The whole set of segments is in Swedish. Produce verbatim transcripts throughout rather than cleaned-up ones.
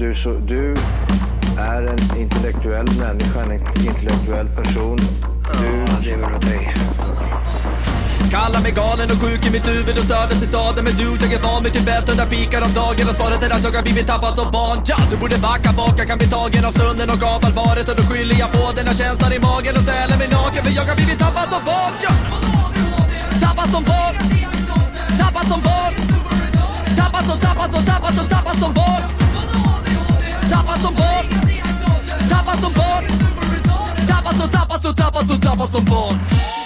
du, så, du är en intellektuell människa, en intellektuell person. Du lever åt dig. Kallar mig galen och sjuk i mitt huvud och stördes i staden. Men du, jag är van vid Tibet under fikar om dagen. Och svaret är att jag har blivit tappad som barn. Ja, du borde backa bak, jag kan bli tagen av stunden och av allvaret. Och då skyller jag på den här känslan i magen och ställer mig naken. För jag har blivit tappad som barn. Ja. Tappad som barn. Tappad som barn. Tappad som, tappad som, tappad som, tappad som barn. Tappad som barn. Tappad som barn. Tappad som, tappad som, tappad som, tappad som barn.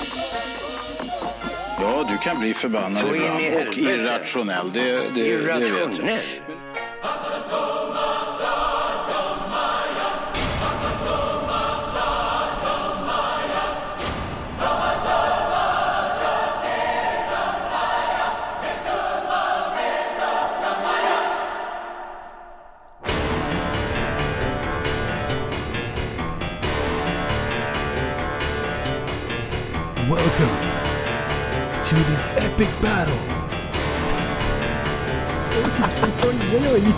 Ja, du kan bli förbannad ibland och irrationell. Det, det, det vet jag. Welcome to this epic battle. Oj, oj, oj.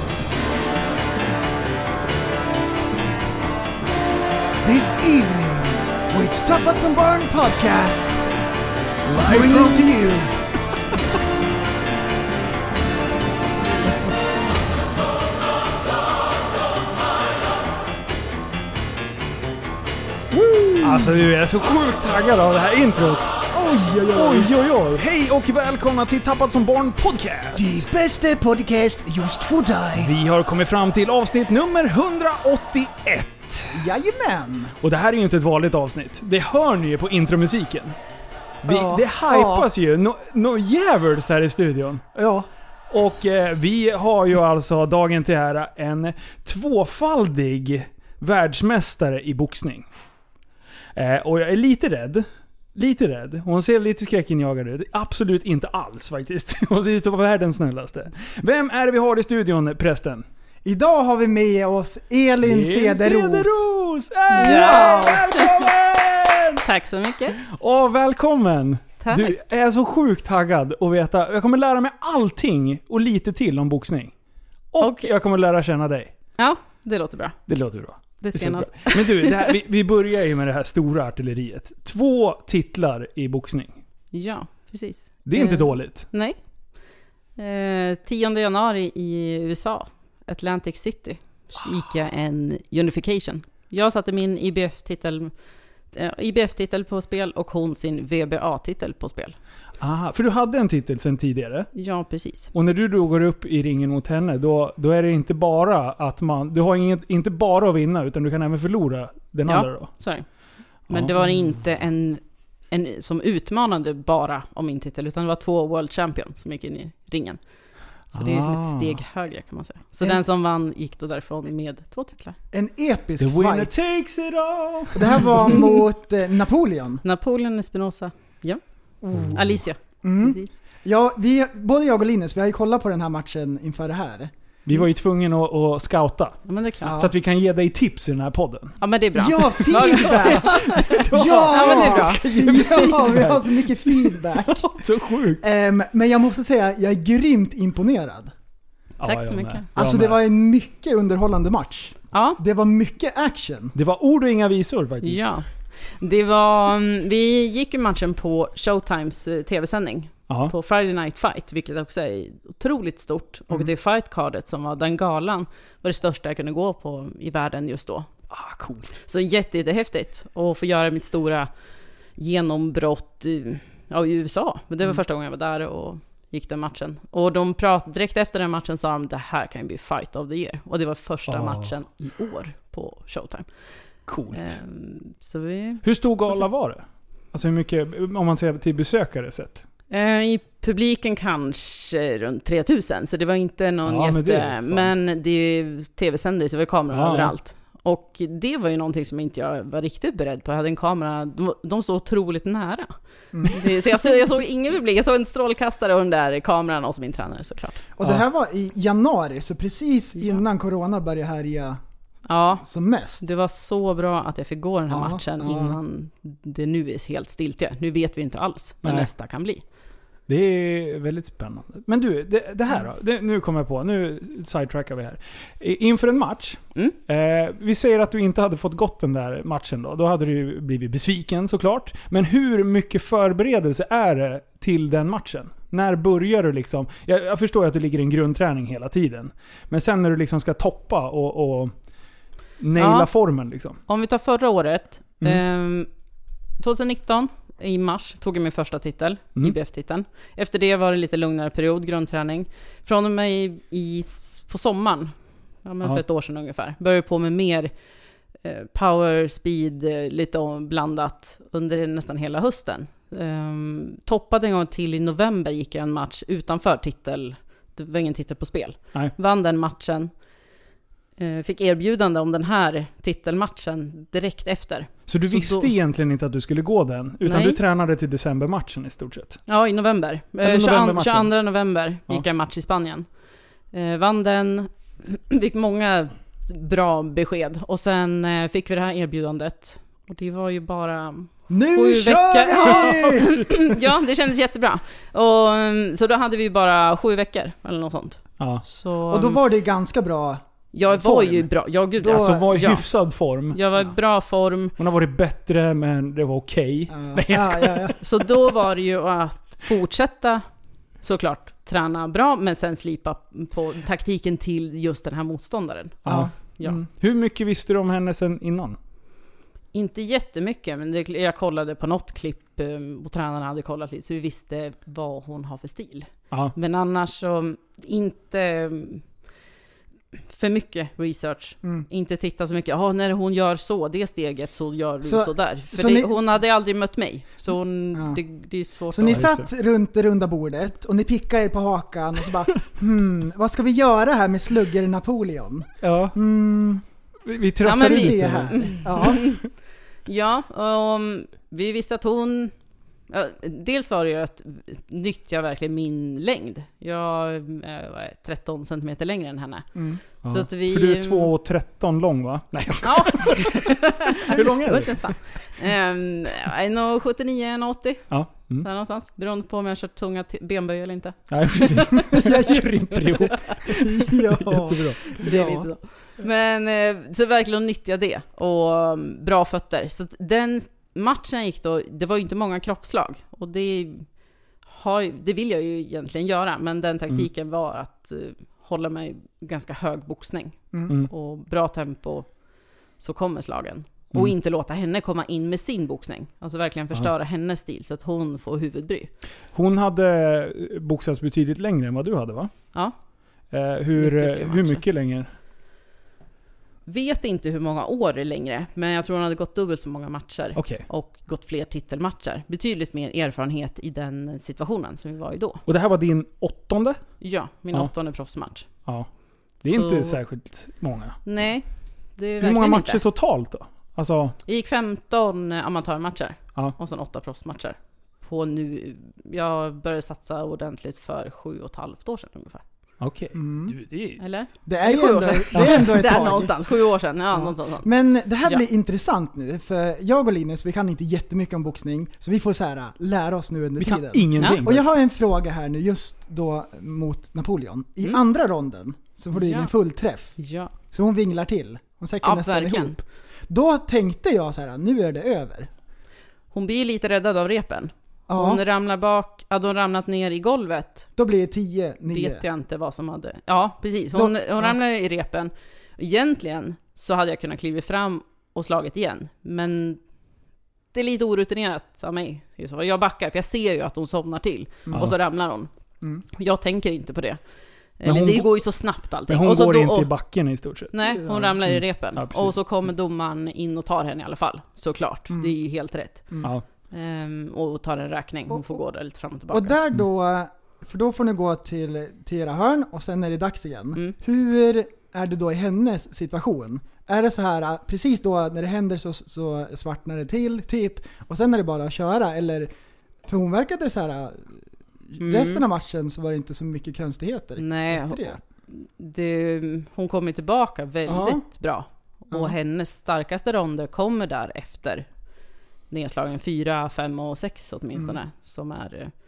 This evening with Tappad som Barn podcast, bringing to you Alltså du är så sjukt taggad av det här introt. Oj, oj, oj, oj, oj. Hej och välkomna till Tappad som Barn podcast. Det bästa podcast just för dig. Vi har kommit fram till avsnitt nummer hundraåttioett. Jajamän. Och det här är ju inte ett vanligt avsnitt. Det hör ni ju på intromusiken. Vi, ja, det hypas ja. ju no, no jävligt här i studion. Ja. Och eh, vi har ju alltså dagen till ära en tvåfaldig världsmästare i boxning. Eh, och jag är lite rädd. Lite rädd. Hon ser lite skräckinjagad ut. Absolut inte alls faktiskt. Hon ser ut att vara världens snällaste. Vem är det vi har i studion, prästen? Idag har vi med oss Elin Cederros. Cederros! Hey, ja. Välkommen! Tack så mycket. Och välkommen. Tack. Du är så sjukt taggad att veta. Jag kommer lära mig allting och lite till om boxning. Och okay. jag kommer lära känna dig. Ja, det låter bra. Det låter bra. Det det senast. bra. Men du, det här, vi, vi börjar ju med det här stora artilleriet. Två titlar i boxning. Ja, precis. Det är inte eh, dåligt. Nej. Eh, tionde januari i U S A, Atlantic City, gick jag en unification. Jag satte min I B F-titel eh, I B F-titel på spel och hon sin V B A-titel på spel. Aha, för du hade en titel sedan tidigare. Ja, precis. Och när du då går upp i ringen mot henne, då, då är det inte bara att man... Du har inget, inte bara att vinna, utan du kan även förlora den ja, andra då. Sorry. Men ja. det var inte en, en som utmanade bara om min titel, utan det var två World Champion som gick in i ringen. Så ah. det är som ett steg högre kan man säga. Så en, den som vann gick då därifrån med två titlar. En episk The winner fight. Takes it all. Det här var mot eh, Napoleon. Napoleon Espinosa. Ja. Mm. Alicia. Mm. Ja, vi, både jag och Linus, vi har ju kollat på den här matchen inför det här. Vi var ju tvungna att, att scouta. Ja, men det är klart. Så att vi kan ge dig tips i den här podden. Ja, men det är bra. Ja, feedback! ja, ja, men det är bra. Ja, vi har så mycket feedback. Så sjukt. Um, men jag måste säga, jag är grymt imponerad. Tack så mycket. Alltså det var en mycket underhållande match. Ja. Det var mycket action. Det var ord och inga visor faktiskt. Ja. Det var, vi gick ju matchen på Showtimes tv-sändning. Aha. På Friday Night Fight, vilket också är otroligt stort. Och mm. det fightcardet som var den galan var det största jag kunde gå på i världen just då. Ah, coolt. Så jätte, jättehäftigt att få göra mitt stora genombrott i, ja, i U S A. Men det var mm. första gången jag var där och gick den matchen. Och de pratade direkt efter den matchen, sa de det här kan bli fight of the year. Och det var första ah. matchen i år på Showtime. Coolt. Um, så vi... Hur stor gala var det? Alltså hur mycket, om man ser till besökare sett? Uh, I publiken kanske runt tre tusen, så det var inte någon ja, jätte... Men det är, men det är tv-sänder, så det var kameror ja. överallt. Och det var ju någonting som inte jag var riktigt beredd på. Jag hade en kamera, de, de stod otroligt nära. Mm. Det, så jag såg, jag såg ingen publik, jag såg en strålkastare och den där kameran och som min tränare såklart. Och det här var i januari, så precis innan ja. corona började härja. Ja, som mest. Det var så bra att jag fick gå den här ja, matchen ja. innan det nu är helt stiltje. Nu vet vi inte alls vad Nej. nästa kan bli. Det är väldigt spännande. Men du, det, det här då? Det, nu kommer jag på. Nu sidetrackar vi här. Inför en match. Mm. Eh, vi säger att du inte hade fått gått den där matchen då. Då hade du blivit besviken såklart. Men hur mycket förberedelse är det till den matchen? När börjar du liksom? Jag, jag förstår att du ligger i en grundträning hela tiden. Men sen när du liksom ska toppa och, och naila ja. formen liksom. Om vi tar förra året. Mm. Eh, tjugonitton i mars tog jag min första titel, Mm. I B F-titeln. Efter det var det lite lugnare period, grundträning. Från och med i, i, på sommaren, ja, men Ja. för ett år sedan ungefär, började på med mer eh, power, speed, eh, lite om, blandat under nästan hela hösten. Um, toppade en gång till i november, gick jag en match utanför titel. Det var ingen titel på spel. Nej. Vann den matchen. Uh, fick erbjudande om den här titelmatchen direkt efter. Så du Så visste då- egentligen inte att du skulle gå den? Utan Nej. du tränade till decembermatchen i stort sett? Ja, i november. Eller Eh, tjugoandra novembermatchen. tjugoandra november Ja. gick jag en match i Spanien. Eh, vann den. Fick många bra besked. Och sen eh, fick vi det här erbjudandet. Och det var ju bara... Nu Sju kör vi! Ja, det kändes jättebra. Och, mm, så då hade vi bara sju veckor eller något sånt. Ja. Så, Och då var det ganska bra. jag var form. ju bra. Ja, gud. Då- Alltså var i ja. hyfsad form. Jag var i Ja. bra form. Hon har varit bättre, men det var okej. Ja, Nej, jag ja, ja, ja. Så då var det ju att fortsätta såklart träna bra, men sen slipa på taktiken till just den här motståndaren. Ja. Ja. Mm. Hur mycket visste du om henne sen innan? Inte jättemycket, men det, jag kollade på något klipp um, och tränarna hade kollat lite, så vi visste vad hon har för stil. Ja. Men annars så inte um, för mycket research. Mm. Inte titta så mycket. Ja, när hon gör så, det steget, så gör du Så- så, där. För så det, ni- hon hade aldrig mött mig. Så hon, Ja. det, det är svårt Så ni att... just satt runt det runda bordet och ni pickade er på hakan och så bara hmm, vad ska vi göra här med slugger Napoleon? Ja. Hmm, Vi, vi Ja, tröttade men vi- lite. se här. Ja. Ja, um, vi visste att hon... Ja, dels var det ju att nyttja verkligen min längd. Jag är vad är det, tretton centimeter längre än henne. Mm. Ja. Så att vi... För du är två tretton lång, va? Nej, jag skojar. Ja, Hur lång är jag vet du? nästan. Um, en sjuttionio, en åttio. Ja. Mm. Där någonstans. Beroende på om jag kör tunga t- benböj eller inte. Nej, precis. Jag krymper ihop. Ja. Jättebra. Det är Ja. lite så. Men eh, så verkligen nyttja det. Och um, bra fötter. Så att den matchen gick då, det var ju inte många kroppslag. Och det, har, det vill jag ju egentligen göra. Men den taktiken Mm. var att uh, hålla mig ganska hög boxning. Mm. Och bra tempo, så kommer slagen. Mm. Och inte låta henne komma in med sin boxning. Alltså verkligen förstöra hennes stil så att hon får huvudbry. Hon hade boxats betydligt längre än vad du hade, va? Ja. Eh, hur, Mycket fler hur matcher. mycket längre? Vet inte hur många år det är längre, men jag tror hon hade gått dubbelt så många matcher. Okej. Och gått fler titelmatcher. Betydligt mer erfarenhet i den situationen som vi var i då. Och det här var din åttonde? Ja, min Ja. åttonde proffsmatch. Ja. Det är Så- inte särskilt många. Nej, det är Hur verkligen många matcher inte. totalt då? Alltså, Det gick femton amatörmatcher. Ja. Och sen åtta proffsmatcher. På nu, jag började satsa ordentligt för sju och ett halvt år sedan ungefär. okej. Mm. Du, det är... Eller? Det är ju sju år ändå, sedan. det är ändå ett Där tag. någonstans, sju år sedan. Ja, Ja. något sånt. Men det här Ja. blir intressant nu, för jag och Linus, vi kan inte jättemycket om boxning, så vi får så här lära oss nu under Vi tiden. kan ingenting. Och jag har en fråga här nu just då mot Napoleon. I Mm. andra ronden så får du in Ja. en fullträff. Ja, Så hon vinglar till. Hon sätter ja nästan verkligen. ihop. Då tänkte jag så här, nu är det över. Hon blir lite räddad av repen. Ja, Hon ramlar bak, hade hon ramlat ner i golvet då blir det tio nio. vet jag inte vad som hade... Ja, precis. Hon, Då- hon ja. ramlade i repen. Egentligen så hade jag kunnat kliva fram och slagit igen. Men det är lite orutinerat av mig. Så jag backar, för jag ser ju att hon somnar till. Ja. Och så ramlar hon. Mm. Jag tänker inte på det. Men Eller, hon det går- går ju så snabbt allting. Men hon och så går då, inte i och, backen i stort sett. Nej, hon Ja. ramlar i Mm. repen. Ja, precis. och så kommer domaren in och tar henne i alla fall. Såklart. Mm. Det är ju helt rätt. Ja. Ehm, och tar en räkning. Hon får gå där lite fram och tillbaka. Och där då, för då får ni gå till, till era hörn och sen är det dags igen. Mm. Hur är det då i hennes situation? Är det så här, precis då när det händer så, så svartnar det till, typ, och sen är det bara att köra? Eller, för hon verkade så här, Mm. resten av matchen så var det inte så mycket konstigheter. Nej, efter det. det, hon kommer tillbaka väldigt Ja. bra. Och Ja. hennes starkaste ronder kommer där efter nedslagen fyra, fem och sex åtminstone. Mm. Som är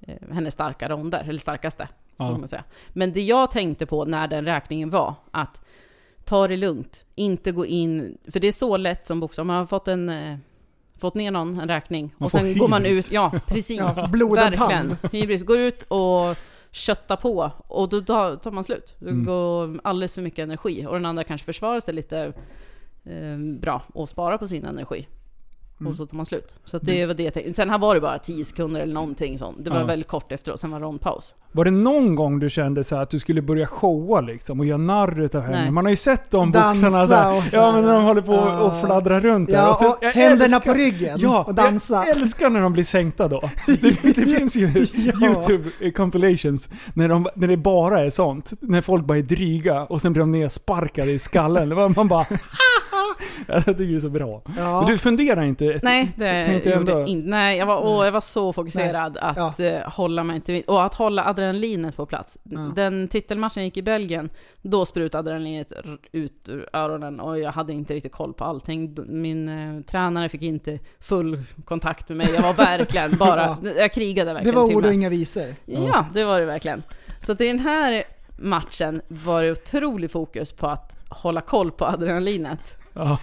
eh, hennes starka ronder, eller starkaste, Ja. så man säga. Men det jag tänkte på när den räkningen var att ta det lugnt, inte gå in, för det är så lätt som boxare, man har fått en eh, fått ner någon en räkning Man och får sen går man hybris. ut, ja precis, Ja, blodad verkligen, hybris, går ut och kötta på och då tar, tar man slut. Det Mm. går alldeles för mycket energi och den andra kanske försvarar sig lite eh, bra och sparar på sin energi. Mm. Och så tar man slut. Så att det var det jag tänkte. Sen här var det bara tio sekunder eller någonting sånt. Det var Ja. väldigt kort efteråt, sen var det rondpaus. Var det någon gång du kände så här att du skulle börja showa liksom och göra narr utav henne? Nej. Man har ju sett de Dansa boxarna så här, och så ja här. men när de håller på Ja. och fladdrar runt där. Ja, Och så- och jag händerna älskar- på ryggen Ja, och dansa. jag älskar när de blir sänkta då. Det, det finns ju Ja. YouTube compilations när, de, när det bara är sånt. När folk bara är dryga och sen blir de nersparkade i skallen. Man bara jag tycker det är så bra. Ja. Men du funderar inte? Nej, det Tänkte jag gjorde ändå- inte. Nej, jag var, åh, jag var så fokuserad att Ja. eh, hålla mig till, och att hålla adrenalinet på plats. Ja. Den titelmatchen gick i Belgien, då sprutade adrenalinet r- ut ur öronen och jag hade inte riktigt koll på allting. D- Min eh, tränare fick inte full kontakt med mig. Jag var verkligen bara, jag krigade Det verkligen var till ord och mig. inga visor. Ja, det var det verkligen. Så att i den här matchen var det otrolig fokus på att hålla koll på adrenalinet. Ja.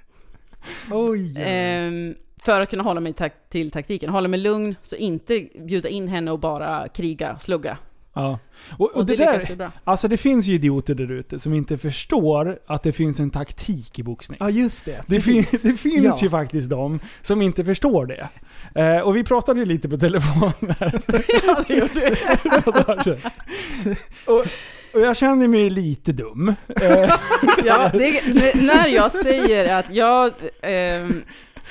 Oj. Ehm, för att kunna hålla mig tak- till taktiken. Hålla mig lugn, så inte bjuda in henne och bara kriga, slugga. Ja. Och, och, Och det, det lyckas där, ju bra. alltså det finns ju idioter där ute som inte förstår att det finns en taktik i boxning. Ja, just det. Det, Precis. fin- det finns Ja. ju faktiskt de som inte förstår det. Eh, och vi pratade ju lite på telefon här. Ja, det gjorde du. och, och jag känner mig lite dum. Eh, Ja, det, n- när jag säger att jag, ehm,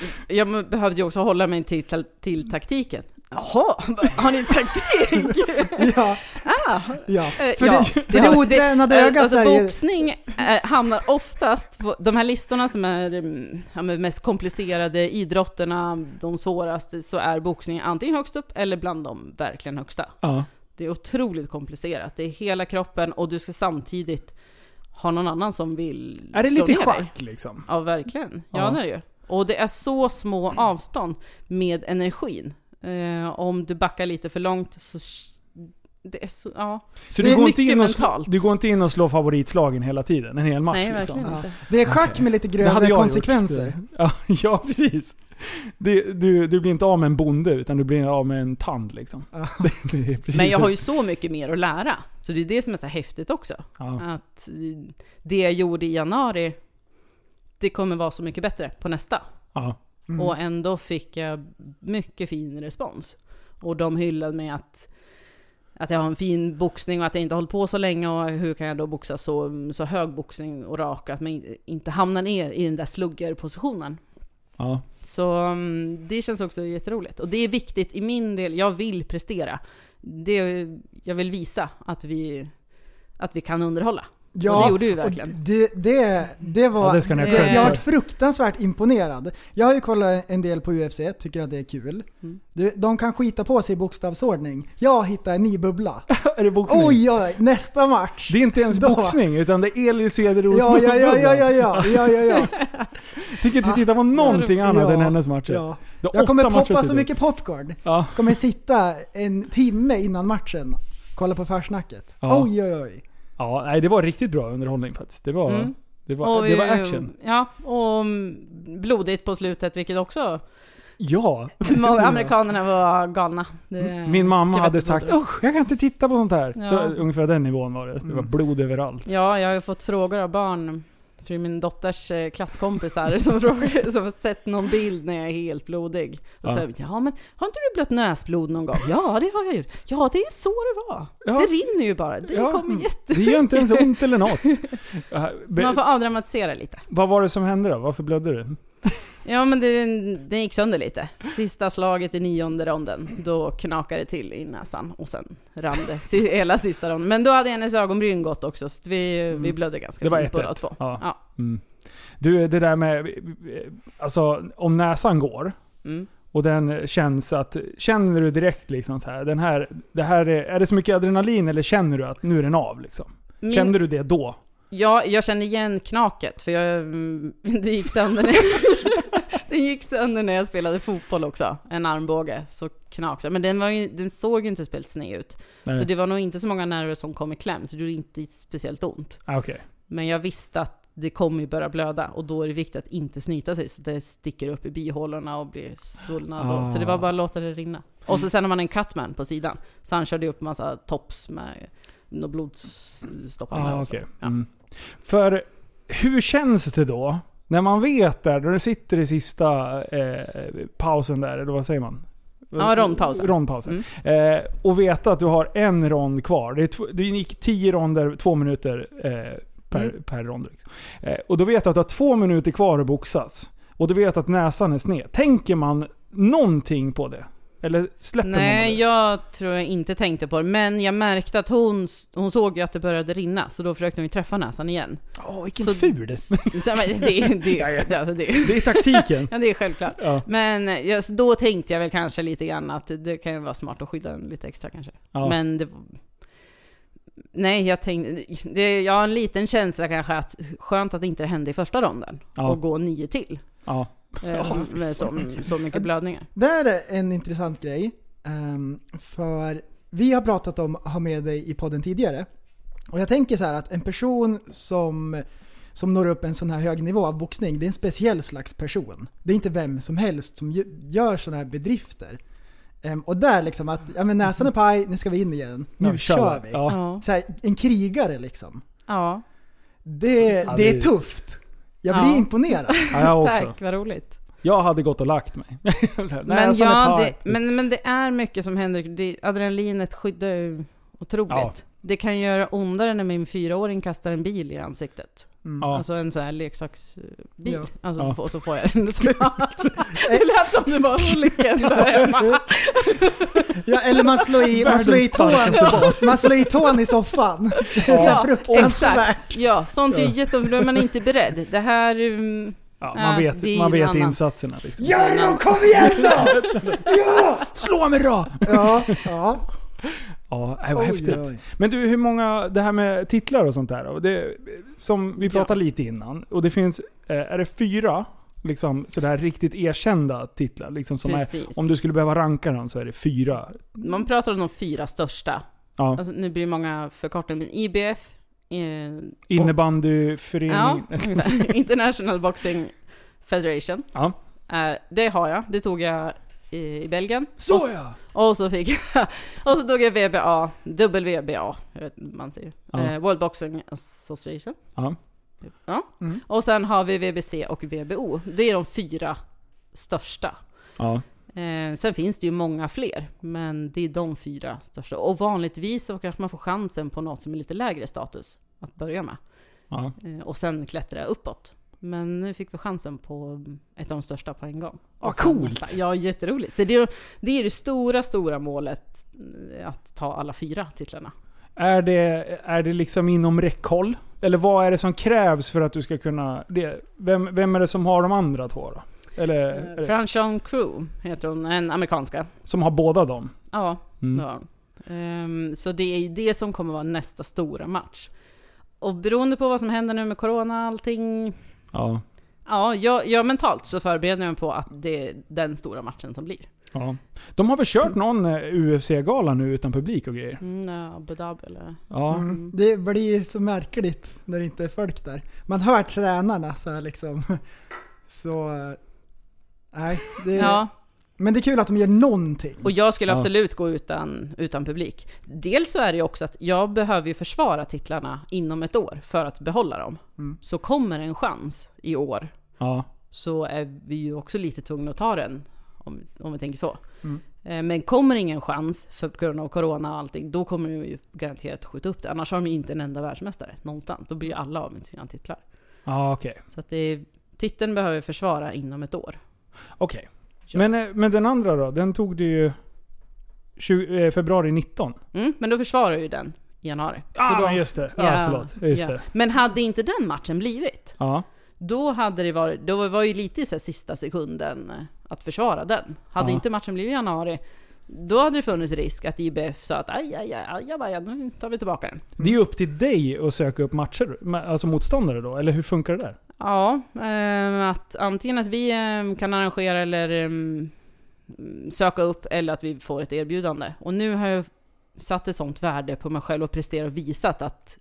jag behövde ju också hålla mig till, till, till taktiken. Jaha, har ni taktik? Ja, Ah, ja. eh, För ja, det, för det har- otränade Eh, ögat alltså så är ju- boxning eh, hamnar oftast på de här listorna som är mm, ja, men mest komplicerade idrotterna, de svåraste, så är boxning antingen högst upp eller bland de verkligen högsta. ja. Det är otroligt komplicerat. Det är hela kroppen och du ska samtidigt ha någon annan som vill Är det slå lite ner dig. schack liksom? Ja, verkligen. Ja, Ja. det är det ju. Och det är så små avstånd med energin. Eh, om du backar lite för långt så... Det är så... Ja. Så Det du är går, inte mycket in och slå, mentalt. du går inte in och slår favoritslagen hela tiden? En hel match Nej, liksom? verkligen Ja. inte. Det är schack Okej. med lite Det hade grövre jag konsekvenser. gjort. Ja, ja precis. Det, du, du blir inte av med en bonde utan du blir av med en tand liksom. Ja. Det, det är precis Men jag så. har ju så mycket mer att lära. Så det är det som är så häftigt också. Ja. Att eh, det jag gjorde i januari, det kommer vara så mycket bättre på nästa. Ja. Mm. Och ändå fick jag mycket fin respons. Och de hyllade mig att, att jag har en fin boxning och att jag inte hållit på så länge. Och hur kan jag då boxa så, så hög boxning och rak att man inte hamnar ner i den där sluggerpositionen. Ja. Så um, det känns också jätteroligt. Och det är viktigt i min del. Jag vill prestera. Det, jag vill visa att vi, att vi kan underhålla. Ja, och det gjorde vi och verkligen. Det, det, det var... Ja, det ska ni ha cred jag, jag har för. varit fruktansvärt imponerad. Jag har ju kollat en del på U F C, tycker att det är kul. Mm. Du, de kan skita på sig i bokstavsordning. Jag hittar en ny bubbla. Är det boxning? Oj, oj, nästa match. Det är inte ens Då- boxning utan det är Elis Cederos Ja, ja, ja, ja, ja, ja, ja, ja, ja. Fick inte titta på någonting annat Ja, än hennes matcher. ja. Det är Jag kommer åtta matcher poppa så till. mycket popcorn. Ja. Kommer sitta en timme innan matchen. Kolla på försnacket. Ja. Oj, oj, oj. Ja, nej, det var riktigt bra underhållning faktiskt. Det var, Mm. det var, Och det var vi- action. Ja, och blodigt på slutet, vilket också Ja. många amerikanerna var galna. Det Min mamma skvätte hade sagt blod. usch, jag kan inte titta på sånt här. Ja. Så ungefär den nivån var det. Det var Mm. blod överallt. Ja, jag har ju fått frågor av barn, för min dotters eh, klasskompisar som, frågar, som har sett någon bild när jag är helt blodig. Och Ja. så, ja men har inte du blött näsblod någon gång? Ja, det har jag gjort. Ja, det är så det var. Ja. Det rinner ju bara. Det Ja. kommer jätte... Det gör inte ens ont eller något. Ja, Så be- man får avdramatisera lite. Vad var det som hände då? Varför blödde du? Ja, men det, den gick sönder lite. Sista slaget i nionde ronden, då knakade det till i näsan och sen rann det si- hela sista ronden. Men då hade hennes ögonbryn gått också, så att vi, vi blödde ganska Det var fint ett båda ett. två. Ja. Ja. Mm. Du, det där med... Alltså, om näsan går Mm. och den känns att... Känner du direkt liksom så här, den här... Det här är, är det så mycket adrenalin eller känner du att nu är den av liksom? Min- Kände du det då? Ja, jag känner igen knaket, för jag, mm, det gick sönder. Den gick sönder när jag spelade fotboll också. En armbåge, så knakade. Men den, var ju, den såg ju inte speciellt sned ut. Nej. Så det var nog inte så många nerver som kom i kläm. Så det gjorde inte speciellt ont. Ah, okay. Men jag visste att det kommer ju börja blöda. Och då är det viktigt att inte snyta sig. Så det sticker upp i bihålorna och blir svullna. Ah. Så det var bara att låta det rinna. Och så sen har man en cutman på sidan. Så han körde upp en massa tops med något blodstoppande. Ah, okay. Ja. Mm. För hur känns det då? När man vet där, när du sitter i sista eh, pausen där, eller vad säger man? Ja, rondpausen. rondpausen. Mm. Eh, och veta att du har en rond kvar. Det är tv- du gick tio ronder, två minuter eh, per, mm. per rond. Liksom. Eh, och då vet du att du har två minuter kvar att boxas. Och du vet att näsan är sned. Tänker man någonting på det? Eller släpper Nej, man det? Nej, jag tror jag inte tänkte på det. Men jag märkte att hon, hon såg ju att det började rinna. Så då försökte vi träffa näsan igen. Åh, vilken så, ful! Så, men det, det, det, alltså det, det är taktiken. Ja, det är självklart. Ja. Men ja, då tänkte jag väl kanske lite grann att det kan ju vara smart att skydda den lite extra kanske. Ja. Men det... Nej, jag tänkte... Det, jag har en liten känsla kanske att skönt att det inte hände i första ronden. Ja. Och gå nio till. Ja. Eh, med så, så mycket blödningar. Det här är en intressant grej. Um, för vi har pratat om att ha med dig i podden tidigare. Och jag tänker så här att en person som, som når upp en sån här hög nivå av boxning, det är en speciell slags person. Det är inte vem som helst som gör såna här bedrifter. Um, och där liksom att, ja men näsan är paj, nu ska vi in igen. Nu ja, kör vi. Ja. Så här, en krigare liksom. Ja. Det, ja, det är tufft. Jag blir ja. imponerad. Ja, jag också. Tack, vad roligt. Jag hade gått och lagt mig. men, ja, det, men, men det är mycket som händer. Det, adrenalinet skyddar ju otroligt. Ja. Det kan göra ondare när min fyraåring kastar en bil i ansiktet. Mm. Alltså en sån här leksaksbil. Ja. Alltså, ja. Och så får jag den. Det lät som det var hooligan där hemma. Ja, eller man slår i, man slår i tån. Man slår i tån i soffan. Det är ja, så fruktansvärt. Exakt. Ja, sånt är ju jättebra. Då är man inte beredd. Det här... Um, ja, man vet, man vet insatserna. Liksom. Ja, då, kom igen då! Ja! Slå mig då! Ja, ja. Ja, det var oj, häftigt. Oj. Men du, hur många, det här med titlar och sånt där då, det, som vi pratade ja. lite innan, och det finns, är det fyra liksom sådär riktigt erkända titlar liksom som är, om du skulle behöva ranka dem så är det fyra. Man pratar om de fyra största. Ja. Alltså, nu blir det många förkortningar, men I B F eh, innebandyförening ja, International Boxing Federation. Ja. Eh, det har jag, det tog jag i Belgien. Så och, ja. Och så fick jag och så tog jag V B A, W B A, jag vet man säger. Ja. Eh, World Boxing Association. Ja. Ja. Mm. Och sen har vi V B C och V B O. Det är de fyra största. Ja. Eh, sen finns det ju många fler, men det är de fyra största. Och vanligtvis så kanske man får chansen på något som är lite lägre status att börja med. Ja. Eh, och sen klättra uppåt. Men nu fick vi chansen på ett av de största på en gång. Vad coolt! Ja, jätteroligt. Så det är, det är det stora, stora målet att ta alla fyra titlarna. Är det, är det liksom inom räckhåll? Eller vad är det som krävs för att du ska kunna... Det, vem, vem är det som har de andra två då? Eller, uh, Franchon Crew heter hon, en amerikanska. Som har båda dem? Ja, mm. ja. Um, så det är det som kommer vara nästa stora match. Och beroende på vad som händer nu med corona och allting... Ja, ja jag, jag mentalt så förbereder jag mig på att det är den stora matchen som blir. Ja. De har väl kört någon U F C-gala nu utan publik och grejer? Mm, ja, Abu Dhabi eller... Ja. Mm. Det blir så märkligt när det inte är folk där. Man hör tränarna så här liksom. Så... Nej, det... Ja. Men det är kul att de gör någonting. Och jag skulle absolut ja. gå utan, utan publik. Dels så är det ju också att jag behöver ju försvara titlarna inom ett år för att behålla dem. Mm. Så kommer en chans i år ja. så är vi ju också lite tvungna att ta den. Om, om vi tänker så. Mm. Men kommer ingen chans för grund av corona och allting, då kommer vi ju garanterat skjuta upp det. Annars har de inte en enda världsmästare någonstans. Då blir alla av med sina titlar. Ja, okej. Okay. Så att det, titeln behöver vi försvara inom ett år. Okej. Okay. Men, men den andra då, den tog du ju tjugo, februari nitton. Mm, men då försvarar ju den i januari. Ja, ah, då, just det. Ja, ja förlåt. Just ja. det. Men hade inte den matchen blivit, ja. då hade det varit, då var ju lite så här sista sekunden att försvara den. Hade ja. inte matchen blivit i januari, då hade det funnits risk att I B F sa att aj, aj, aj, aj, aj, nu tar vi tillbaka den. Det är ju upp till dig att söka upp matcher, alltså motståndare då, eller hur funkar det där? Ja, eh, att antingen att vi eh, kan arrangera eller eh, söka upp eller att vi får ett erbjudande. Och nu har jag satt ett sånt värde på mig själv och presterat och visat att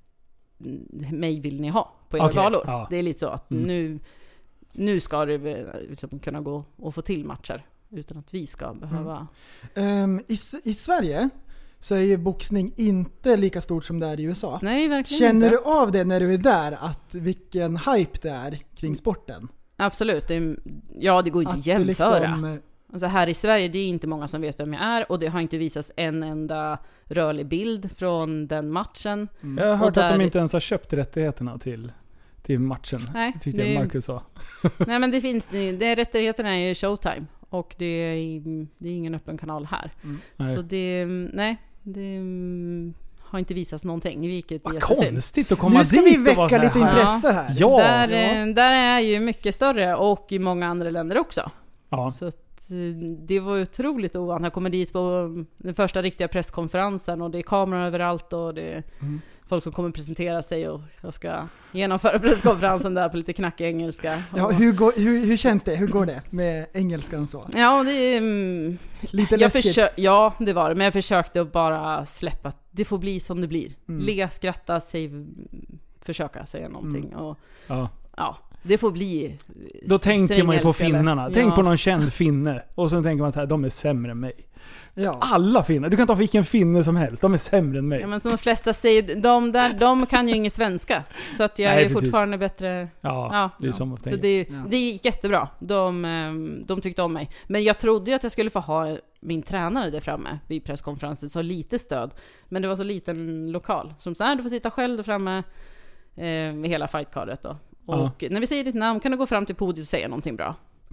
mig vill ni ha på era okay, valor. ja. Det är lite så att mm. nu, nu ska det liksom kunna gå och få till matcher utan att vi ska behöva... Mm. Um, i, I Sverige så är ju boxning inte lika stort som det är i U S A. Nej, verkligen Känner inte. du av det när du är där, att vilken hype det är kring sporten? Absolut. Det är, ja, det går inte att jämföra. Liksom, alltså här i Sverige, det är inte många som vet vem jag är och det har inte visats en enda rörlig bild från den matchen. Mm. Jag har hört där... att de inte ens har köpt rättigheterna till, till matchen. Nej, det tyckte det... jag Marcus sa. Nej, men det finns, det, det rättigheterna är ju Showtime och det är, det är ingen öppen kanal här. Mm. Så det, nej, det har inte visats någonting. Vilket vad är konstigt att komma dit. Nu ska dit vi väcka lite intresse här. Ja. Ja. Där, ja. där är ju mycket större och i många andra länder också. Ja. Så det var otroligt ovant. Jag kommer dit på den första riktiga presskonferensen och det är kameror överallt och det är mm. folk som kommer presentera sig och jag ska genomföra presskonferensen där på lite knackig engelska. Ja, hur, går, hur, hur känns det? Hur går det med engelskan så? Ja, det är mm, lite läskigt. Försö- ja, det var det. Men jag försökte att bara släppa. Det får bli som det blir. Mm. Le, skratta, säg, försöka säga någonting. Mm. Och, ja. ja. Det får bli. Då tänker man ju på finnarna. Ja. Tänk på någon känd finne. Och sen tänker man så här, de är sämre än mig. Ja. Alla finnar. Du kan ta vilken finne som helst. De är sämre än mig. Ja, men som de flesta säger, de, där, de kan ju ingen svenska. Så att jag Nej, är precis. fortfarande bättre. Ja, ja. det är som att så tänka. det, ja. det gick jättebra. De, de tyckte om mig. Men jag trodde att jag skulle få ha min tränare där framme vid presskonferensen. Så lite stöd. Men det var så liten lokal. Som så här, du får sitta själv där framme eh, med hela fightcardet då. Och ja. När vi säger ditt namn kan du gå fram till podiet och säga någonting bra.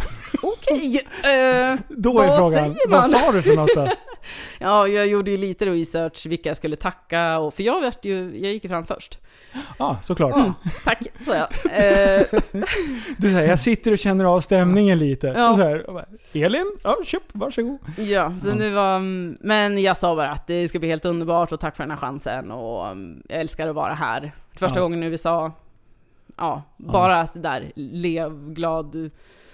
Okej. Okay. Uh, då är frågan, vad sa du för något då? Ja, jag gjorde ju lite research vilka jag skulle tacka. Och, för jag, vet ju, jag gick ju fram först. Ja, ah, såklart. Mm, tack, så jag. Uh, du säger, jag sitter och känner av stämningen lite. Ja. Och så här, Elin, ja, köp, varsågod. Ja, så ja. Nu var, men jag sa bara att det ska bli helt underbart och tack för den här chansen. Och jag älskar att vara här. Första ja. gången i U S A. Ja, bara ja. sådär lev, glad.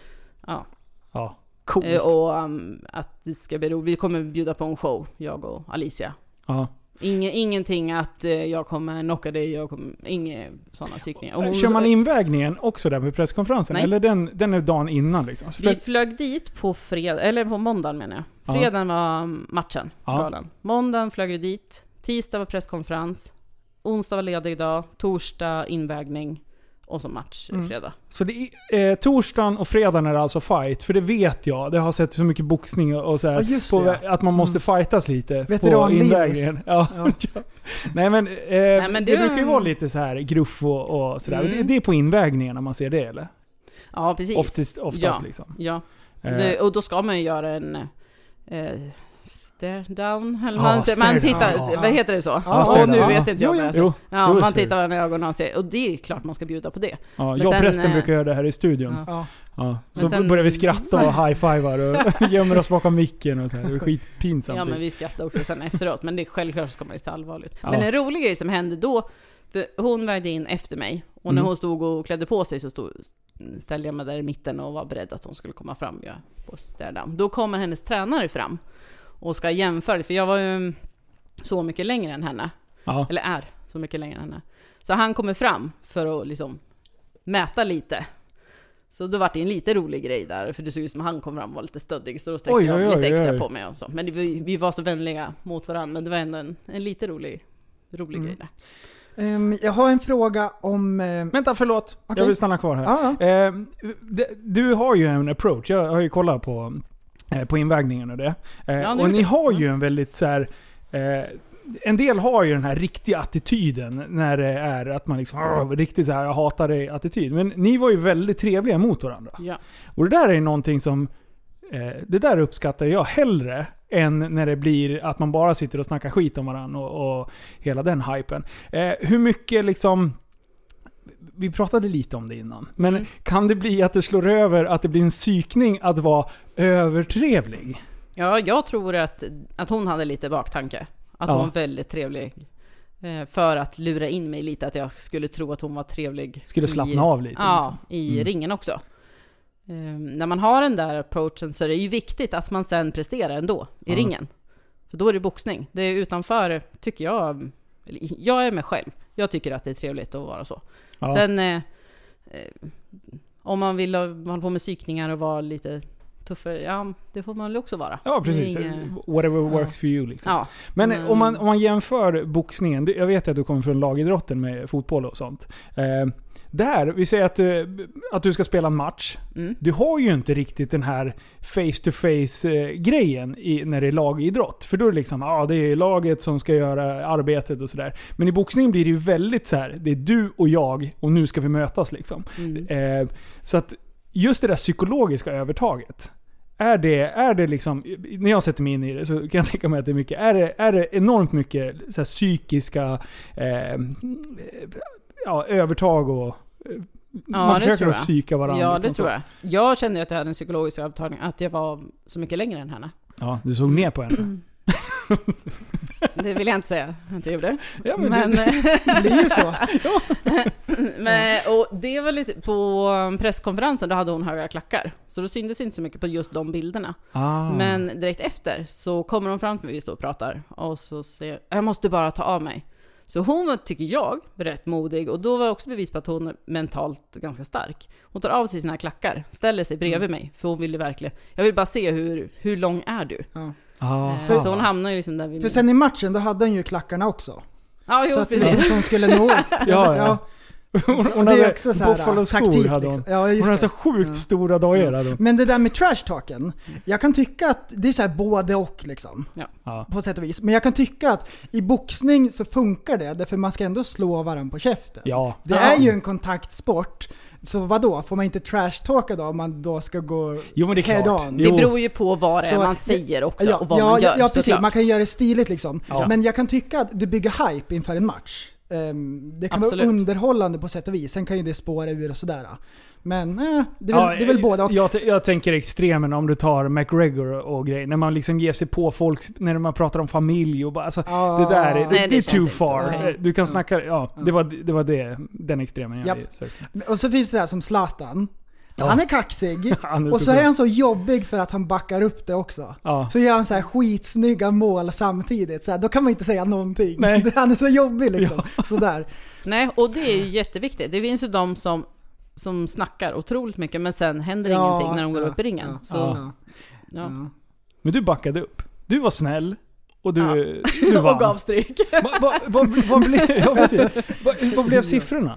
Ja. Ja, coolt. Och um, att det ska bli roligt. Vi kommer bjuda på en show, jag och Alicia. Ja. Inge, ingenting att uh, jag kommer knocka dig, jag kommer, inga sådana psykningar. Och hon, kör man invägningen också där med presskonferensen? Nej. Eller den, den är dagen innan liksom? Vi flög dit på fredag, eller på måndagen menar jag. Fredagen ja. var matchen, ja. galan. Måndagen flög vi dit, tisdag var presskonferens, onsdag var ledig dag, torsdag invägning. Och så match mm. fredag. Så det är, eh, torsdagen och fredagen är det alltså fight. För det vet jag. Det har sett så mycket boxning och så här, ja, på, att man måste mm. fightas lite. Veteran på invägningen. Ja. Ja. Nej men, eh, Nej, men det, det brukar ju vara lite så här gruff och, och sådär. Mm. Det, det är på invägningen när man ser det, eller? Ja, precis. Oftast, oftast ja. liksom. Ja. Eh. Det, och då ska man ju göra en... Eh, stare down eller ja, man, man tittar, ja, ja. vad heter det så? Ja, och nu ja. vet inte jag jo, vad jo, ja, jo, man tittar varandra i ögonen och säger, och det är klart man ska bjuda på det. Ja, jag och prästen eh, brukar göra det här i studion. Ja. Ja. Så sen, börjar vi skratta och high-fivar och gömmer oss bakom micken och så här. Det är skitpinsamt. Ja, men vi skrattar också sen efteråt, men det självklart ska man ju så allvarligt. Ja. Men en rolig grej som hände då, för hon vägde in efter mig och när mm. hon stod och klädde på sig så stod, ställde jag mig där i mitten och var beredd att hon skulle komma fram ja, på stare down. Då kommer hennes tränare fram och ska jämföra, för jag var ju så mycket längre än henne. Ja. Eller är så mycket längre än henne. Så han kommer fram för att liksom mäta lite. Så då var det en lite rolig grej där, för det såg ut som att han kom fram och var lite stöddig, så då sträckte oj, jag oj, lite oj, extra oj. på mig och så. Men det, vi, vi var så vänliga mot varandra, men det var ändå en, en lite rolig, rolig mm. grej där. Um, jag har en fråga om... Uh... Vänta, förlåt. Okay. Jag vill stanna kvar här. Ah, ja. uh, d- du har ju en approach. Jag har ju kollat på, uh, på invägningen och det. Uh, ja, och ni har ju en väldigt så här... Uh, en del har ju den här riktiga attityden när det är att man liksom oh, riktigt så här, jag hatar dig attityd. Men ni var ju väldigt trevliga mot varandra. Ja. Och det där är någonting som eh, det där uppskattar jag hellre än när det blir att man bara sitter och snackar skit om varandra och, och hela den hypen. Eh, hur mycket liksom, vi pratade lite om det innan, men mm. kan det bli att det slår över, att det blir en psykning att vara övertrevlig? Ja, jag tror att, att hon hade lite baktanke. Att ja. hon var väldigt trevlig Eh, för att lura in mig lite, att jag skulle tro att hon var trevlig. Skulle slappna i, av lite. Ja, liksom. i Mm. ringen också. Eh, när man har den där approachen så är det ju viktigt att man sen presterar ändå i Ja. ringen. För då är det boxning. Det är utanför, tycker jag, jag är mig själv. Jag tycker att det är trevligt att vara så. Ja. Sen eh, eh, om man vill hålla på med psykningar och vara lite tuffare, ja, det får man väl också vara. Ja, precis. Det är inget- Whatever works for you liksom. Ja, Men, men- om, man, om man jämför boxningen, jag vet att du kommer från lagidrotten med fotboll och sånt. Eh, där, vi säger att, du- att du ska spela en match. Mm. Du har ju inte riktigt den här face-to-face-grejen i, när det är lagidrott. För då är det liksom, ja ah, det är laget som ska göra arbetet och sådär. Men i boxningen blir det ju väldigt så här, det är du och jag och nu ska vi mötas liksom. Mm. Eh, så att just det där psykologiska övertaget. Är det, är det liksom, när jag sätter mig in i det så kan jag tänka mig att det är mycket, är det, är det enormt mycket så här psykiska eh, ja, övertag och eh, man det försöker tror att jag. psyka varandra. Ja, liksom det så. tror jag. Jag kände att jag hade en psykologisk övertagning, att jag var så mycket längre än henne. Ja, du såg ner på henne. Det vill jag inte säga att jag inte gjorde. Ja, men men det- Det blir ju så. men, och det var lite på presskonferensen, då hade hon höga klackar. Så då syntes inte så mycket på just de bilderna. Ah. Men direkt efter så kommer hon fram till mig, vi står och pratar. Och så säger jag, jag måste bara ta av mig. Så hon var, tycker jag, rätt modig. Och då var det också bevis på att hon är mentalt ganska stark. Hon tar av sig sina klackar, ställer sig bredvid mig. För hon ville verkligen, jag vill bara se hur, hur lång är du? Ja. Ah. Eh, Så hon hamnar ju liksom där vid För sen i matchen, då hade han ju klackarna också. Ja, jo, Så att precis. liksom, som skulle nå... Ja, ja. Hon, hon det är hade också så här, Buffalo-skor taktik, hade hon. liksom. Ja, just Hon hade så det. sjukt Ja. stora dojor hade hon. Men det där med trash-talken, jag kan tycka att det är så här både och liksom. Ja. På sätt och vis. Men jag kan tycka att i boxning så funkar det, därför man ska ändå slå varandra på käften. Ja. Det Ja. är ju en kontaktsport. Så vad då? Får man inte trash-talka då om man då ska gå Jo, men det är head klart. on? Det Jo. beror ju på vad det är Så- man säger också Ja, och vad ja, man gör. ja, ja precis. såklart. Man kan göra det stiligt liksom. Ja. Men jag kan tycka att det bygger hype inför en match. Ehm, det kan Absolut. vara underhållande på sätt och vis. Sen kan ju det spåra ur och sådär. Men eh, det, är väl, Ja, det är väl båda och. jag, t- jag tänker extremen om du tar McGregor och grejer. När man liksom ger sig på folk, när man pratar om familj och bara, alltså, Ah. det där är, det, Nej, det det är känns too inte far. okej. Du kan snacka, ja, det var, det var det, den extremen jag Japp. sökte. Och så finns det här som Zlatan. Ja. Han är kaxig. Han är Och så så är bra. han så jobbig för att han backar upp det också. Ja. Så gör han så här skitsnygga mål samtidigt. Så här, då kan man inte säga någonting. Nej. Han är så jobbig liksom. Sådär. Nej, och det är ju jätteviktigt. Det finns ju de som, som snackar otroligt mycket, men sen händer Ja, ingenting när de går ja, upp i ringen. ja, Så, ja, ja. ja. Men du backade upp. Du var snäll. Och du, Ja. du vann. och gav stryk. Va, va, va, vad blev, ja, precis. Va, vad blev siffrorna?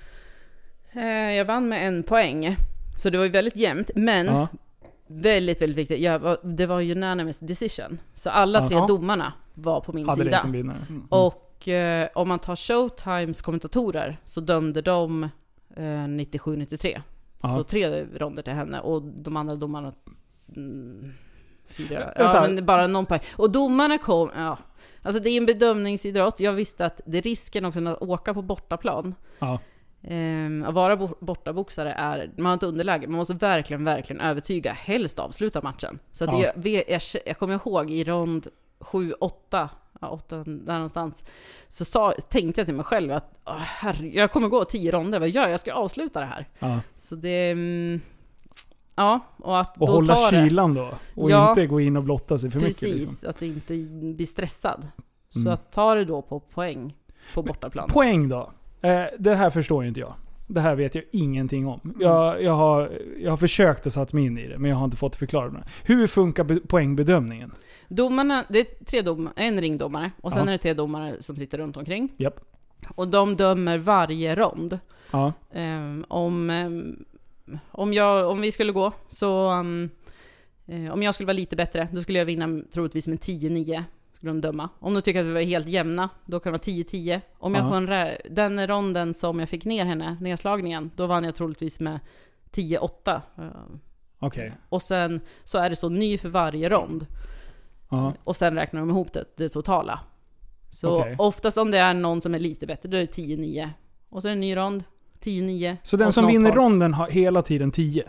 Eh, Jag vann med en poäng. Så det var ju väldigt jämnt, men Ja. väldigt, väldigt viktigt. Jag var, det var ju unanimous decision. Så alla Ja. tre Ja. domarna var på min Hade sida. det som vinnare. Och eh, om man tar Showtimes kommentatorer så dömde de eh, nittiosju nittiotre. Ja. Så tre ronder till henne och de andra domarna mm, fyra. Vänta. Ja, men bara någon poäng. Och domarna kom, ja. Alltså det är en bedömningsidrott. Jag visste att det är risken också att åka på bortaplan. Ja. Um, att vara bo- bortaboxare är, man har inte underläge, man måste verkligen, verkligen övertyga, helst avsluta matchen. Så att Ja. jag, vi- jag, jag kommer ihåg i rond sju åtta, ja, åtta där någonstans, så sa, tänkte jag till mig själv att åh, herre, jag kommer gå tio ronder, vad gör jag? Jag ska avsluta det här. Ja. Så det, mm, ja, och att Och då hålla tar det, kylan då. Och Ja. inte gå in och blotta sig för precis, mycket. Liksom. att inte bli stressad. Så Mm. att ta det då på poäng på bortaplan. Poäng då. Eh, det här förstår ju inte jag. Det här vet jag ingenting om. Jag, jag, har, jag har försökt att sätta mig in i det, men jag har inte fått förklara det. Hur funkar be- poängbedömningen? Domarna, det är tre dom, en ringdomare och sen Ja. är det tre domare som sitter runt omkring. Japp. Och de dömer varje rond. Ja. Um, om, um, om, jag, om vi skulle gå så um, eh, om jag skulle vara lite bättre, då skulle jag vinna troligtvis med tio nio. Skulle de döma. Om de tycker att vi var helt jämna, då kan det vara tio tio. Om jag Ja. får en rä- den ronden som jag fick ner henne, nedslagningen, då vann jag troligtvis med tio åtta. Uh, Okej. och sen så är det så ny för varje rond. Ja. Och sen räknar de ihop det, det totala. Så Okej. oftast om det är någon som är lite bättre, då är det tio nio. Och så är det en ny rond, tio nio. Så den och som något vinner håll. ronden har hela tiden tio?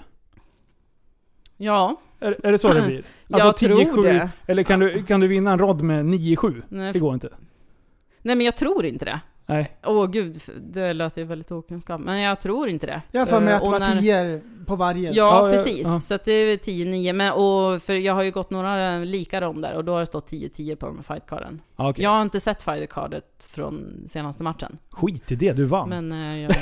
Ja, Är, är det så det blir? jag tror tio sju, det. eller kan du, kan du vinna en rond med nio sju? Nej, Det går inte. Nej, men jag tror inte det. Nej. Åh gud, det låter ju väldigt okunskap. Men jag tror inte det. Jag får med att det Och var när- tio på varje. Ja, Ja, ja, precis. ja. Så att det är tio nio. Men, och för jag har ju gått några lika ronder och då har det stått tio tio på de här fightcarden. Ah, okay. Jag har inte sett fightcardet från senaste matchen. Skit i det, du vann. Men eh, jag...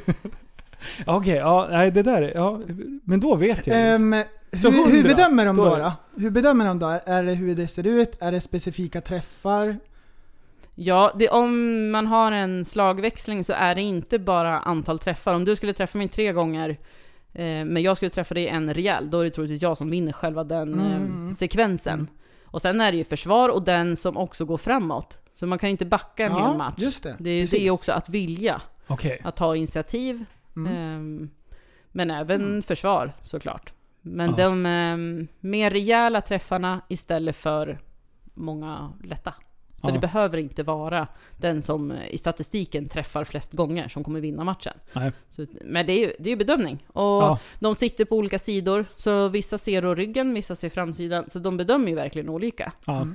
Okej, okay, ja, nej det där, ja, men då vet jag. Um, Så hur, hundra, hur bedömer de då, då då, är det- Hur bedömer de då? Är det hur det ser ut? Är det specifika träffar? Ja, det, om man har en slagväxling så är det inte bara antal träffar. Om du skulle träffa mig tre gånger eh, men jag skulle träffa dig en rejäl, då är det troligtvis jag som vinner själva den Mm. eh, sekvensen. Mm. Och sen är det ju försvar och den som också går framåt. Så man kan inte backa en Ja, hel match. just det. Det är Precis. det är också att vilja, Okej. att ta initiativ. Mm. Ehm, men även försvar såklart. Men Ja. de ehm, mer rejäla träffarna istället för många lätta. Så Ja. det behöver inte vara den som eh, i statistiken träffar flest gånger som kommer vinna matchen. Nej. Så, men det är ju det är ju bedömning. Och Ja. de sitter på olika sidor. Så vissa ser då ryggen, vissa ser framsidan. Så de bedömer ju verkligen olika. Ja. Mm.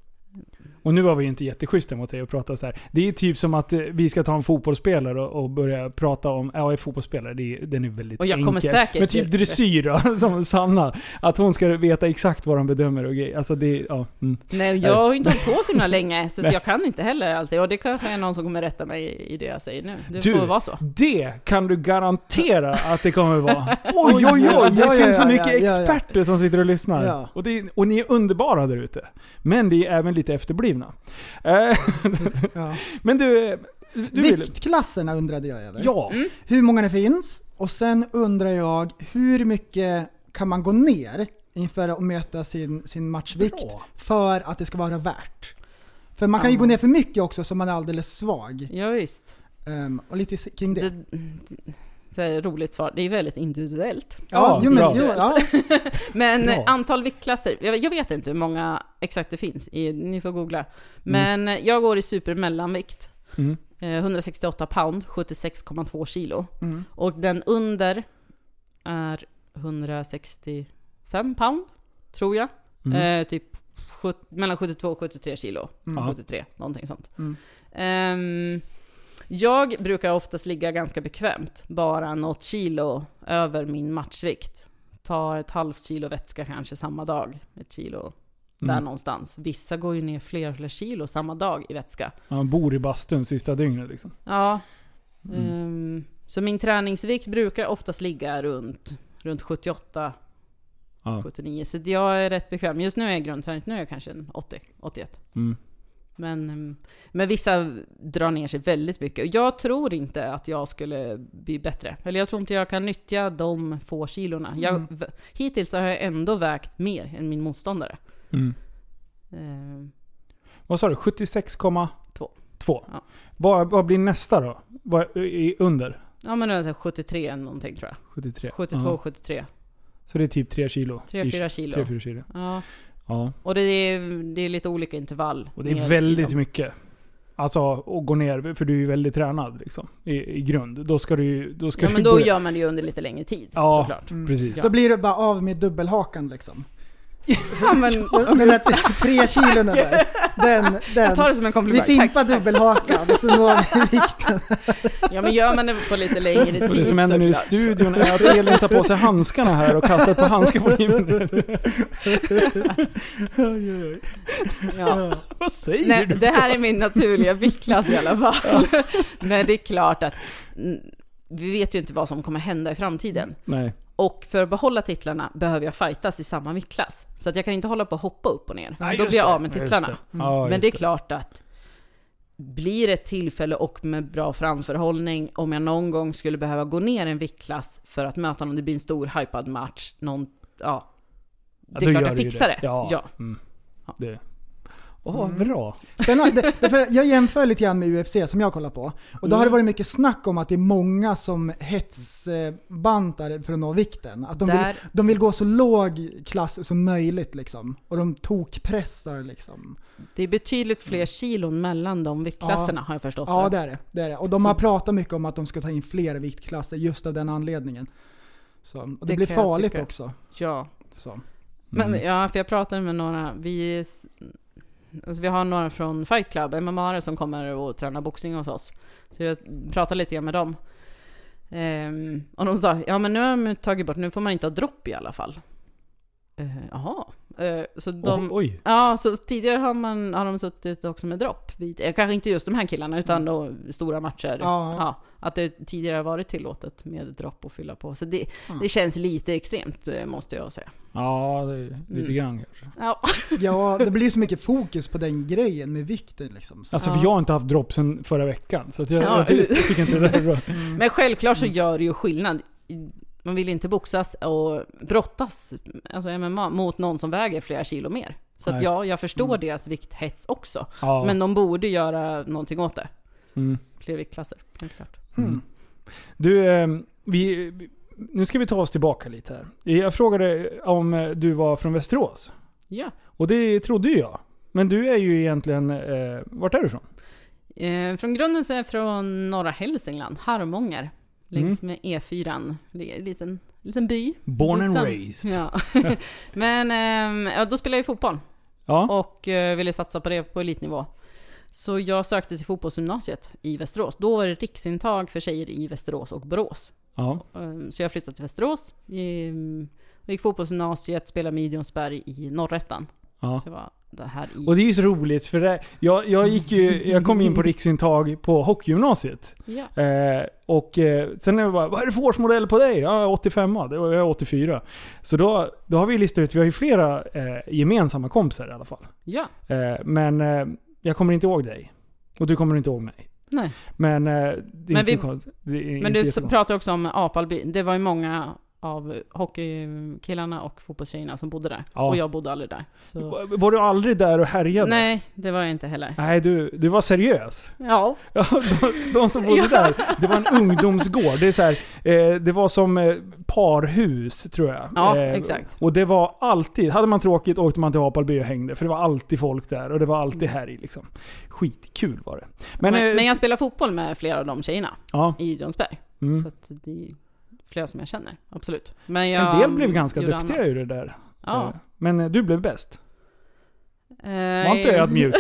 Och nu var vi ju inte jätteschyssta mot dig och prata så här. Det är typ som att eh, vi ska ta en fotbollsspelare och, och börja prata om, ja, en fotbollsspelare, det är, den är väldigt Och jag enkel. kommer säkert- Men typ dressyr då, som Sanna. Att hon ska veta exakt vad de bedömer och grejer. Alltså det, ja. Mm. Nej, jag har ju inte hållit på så himla länge. Så att Nej. jag kan inte heller alltid. Och det kanske är någon som kommer rätta mig i det jag säger nu. Det Du, får vara så. Det kan du garantera att det kommer vara. Oj, oj, oj, Ja, det ja, finns så ja, mycket ja, ja, ja. experter som sitter och lyssnar. Ja. Och, det, och ni är underbara där ute. Men det är även lite efterblivna. Eh, Ja. Men du, du vill... Viktklasserna undrade jag över. Ja. Mm. Hur många det finns. Och sen undrar jag, hur mycket kan man gå ner inför att möta sin, sin matchvikt Bra. för att det ska vara värt? För man kan ju Ja. gå ner för mycket också så man är alldeles svag. Ja, visst. Um, och lite s- kring det. Det, så här, roligt svar. Det är väldigt individuellt. Ja, Ja, jo, men, bra. jo, ja. Men Ja. antal viktklasser, jag, jag vet inte hur många exakt det finns, i, ni får googla. Men jag går i supermellanvikt, Mm. eh, etthundrasextioåtta pound, sjuttiosex komma två kilo. Mm. Och den under är etthundrasextiofem pound, tror jag. Mm. Eh, typ sjut, mellan sjuttiotvå och sjuttiotre kilo. Mm. sjuttiotre, någonting sånt. Mm. Ehm, jag brukar oftast ligga ganska bekvämt, bara något kilo över min matchvikt. Ta ett halvt kilo vätska kanske samma dag, ett kilo där Mm. någonstans. Vissa går ju ner flera, flera kilo samma dag i vätska. Man bor i bastun sista dygnet liksom. Ja. Mm. Ehm, så min träningsvikt brukar oftast ligga runt, runt sjuttioåtta Ja. sjuttionio. Så jag är rätt bekväm. Just nu är jag grundträning, nu är jag kanske en åttio åttioett. Mm. Men, ehm, men vissa drar ner sig väldigt mycket. Och jag tror inte att jag skulle bli bättre. Eller jag tror inte jag kan nyttja de få kilorna. Jag, Mm. v- hittills har jag ändå vägt mer än min motståndare. Mm. Ehm, Vad sa du? sjuttiosex komma Två. två. Ja. Vad, vad blir nästa då? Vad är under? ja men nu är det sjuttiotre eller någonting tror jag. sjuttiotre. sjuttiotvå, Ja. sjuttiotre. Så det är typ tre kilo. tre fyra kilo. tre fyra kilo. Ja. Ja. Och det är, det är lite olika intervall. Och det ner är i väldigt dem. mycket. Alltså att gå ner, för du är ju väldigt tränad liksom, i, i grund. Då ska du ju... Då ska Ja du men då börja- gör man det ju under lite längre tid, Ja. såklart. Mm. Precis. Så blir det bara av med dubbelhakan liksom. Ja, men, Den där tre- tre kilona där. Den, jag tar den. det som en Vi komplimang. fimpar Tack. dubbelhakan och så når vi vikten. Ja men gör man det på lite längre tid. Och det som händer nu i såklart. studion är att Elin tar på sig handskarna här och kastar ett par handskar på himlen. Ja. Vad säger Nej, du? det här är min naturliga viktklass i alla fall. Men det är klart att mm, vi vet ju inte vad som kommer hända i framtiden. Nej. Och för att behålla titlarna behöver jag fightas i samma viktklass. Så att jag kan inte hålla på och hoppa upp och ner. Nej, Då just blir jag det. av med Ja, just titlarna. det. Ja, Men just det är klart att blir det ett tillfälle och med bra framförhållning, om jag någon gång skulle behöva gå ner en viktklass för att möta någon, det blir en stor hypad match, någon, ja, Ja, det då är klart gör jag du ju fixar det. det. Ja. Ja. Mm. Ja. Det. Åh, bra. Spännande. Det- Därför jag jämför lite grann med U F C som jag kollar på. Och då har det Mm. varit mycket snack om att det är många som hetsbantar för att nå vikten. Att de vill, Där, de vill gå så låg klass som möjligt liksom. Och de tokpressar liksom. det är betydligt fler kilon mellan de viktklasserna, har jag förstått. Ja, det. det är det. det, är det. Och de Så- har pratat mycket om att de ska ta in fler viktklasser just av den anledningen. Så, och det, Det blir kan jag farligt tycka. också. Ja. Så. Men Mm. ja, för jag pratade med några, vi, s- Alltså vi har några från Fight Club, M M A som kommer och tränar boxning hos oss. Så jag pratar lite grann med dem. Um, och de sa, ja men nu har de tagit bort, nu får man inte ha dropp i alla fall. Jaha. Uh, Uh, så de, oh, oj. Ja, så tidigare har, man, har de suttit också med dropp. Kanske inte just de här killarna, utan då stora matcher. Ja. Ja, att det tidigare har varit tillåtet med dropp och fylla på. Så det, Mm. det känns lite extremt, måste jag säga. Ja, det är lite Mm. grann kanske. Ja. Ja, det blir så mycket fokus på den grejen med vikten liksom. Så. Alltså Ja. för jag har inte haft dropp sen förra veckan. Så att jag, Ja. jag, tycker, jag tycker inte det är bra. Mm. Men självklart så gör det ju skillnad. Man vill inte boxas och brottas, alltså M M A, mot någon som väger flera kilo mer. Så att Nej. ja, jag förstår Mm. deras vikthets också. Ja. Men de borde göra någonting åt det. Mm. Fler viktklasser, helt klart. Mm. Du, eh, vi, nu ska vi ta oss tillbaka lite här. Jag frågade om du var från Västerås. Ja. Och det trodde ju jag. Men du är ju egentligen, eh, vart är du ifrån? Eh, från grunden så är jag från norra Hälsingland, Harmånger. Längs med E fyra. Det är en liten, liten by. Born and Sam- raised. Ja. Men eh, ja, då spelade jag ju fotboll. Ja. Och eh, ville satsa på det på elitnivå. Så jag sökte till fotbollsgymnasiet i Västerås. Då var det riksintag för tjejer i Västerås och Borås. Ja. Um, så jag flyttade till Västerås. Um, och gick fotbollsgymnasiet, spelade med Idjonsberg i Norrättan. Ja. Så jag var det här i... Och det är ju så roligt för det, jag, jag, gick ju, jag kom in på riksintag på hockeygymnasiet. Ja. Eh, och eh, sen är jag bara, vad är det för årsmodell på dig? Ja, åttiofem, det var jag åttiofyra. Så då, då har vi listat ut, vi har ju flera eh, gemensamma kompisar i alla fall. Ja. Eh, men eh, jag kommer inte ihåg dig. Och du kommer inte ihåg mig. Nej. Men eh, det är Men inte vi- så konstigt. Det är Men inte du jättebra. pratar också om Apalby. Det var ju många av hockeykillarna och fotbollstjejerna som bodde där. Ja. Och jag bodde aldrig där. Så... Var du aldrig där och härjade? Nej, det var jag inte heller. Nej, du, du var seriös. Ja. Ja, de, de som bodde Ja. där, det var en ungdomsgård. Det är så här, eh, det var som eh, parhus, tror jag. Ja, eh, exakt. Och det var alltid, hade man tråkigt åkte man till Apalby och hängde. För det var alltid folk där och det var alltid här i liksom. Skitkul var det. Men, Men, eh, men jag spelar fotboll med flera av de tjejerna ja, i Idjonsberg. mm. Så att det är flera som jag känner, absolut. Men jag, En del blev ganska gjorde duktiga annat. ur det där. Ja. Eh, Men eh, du blev bäst. Eh, Var inte ödmjuk.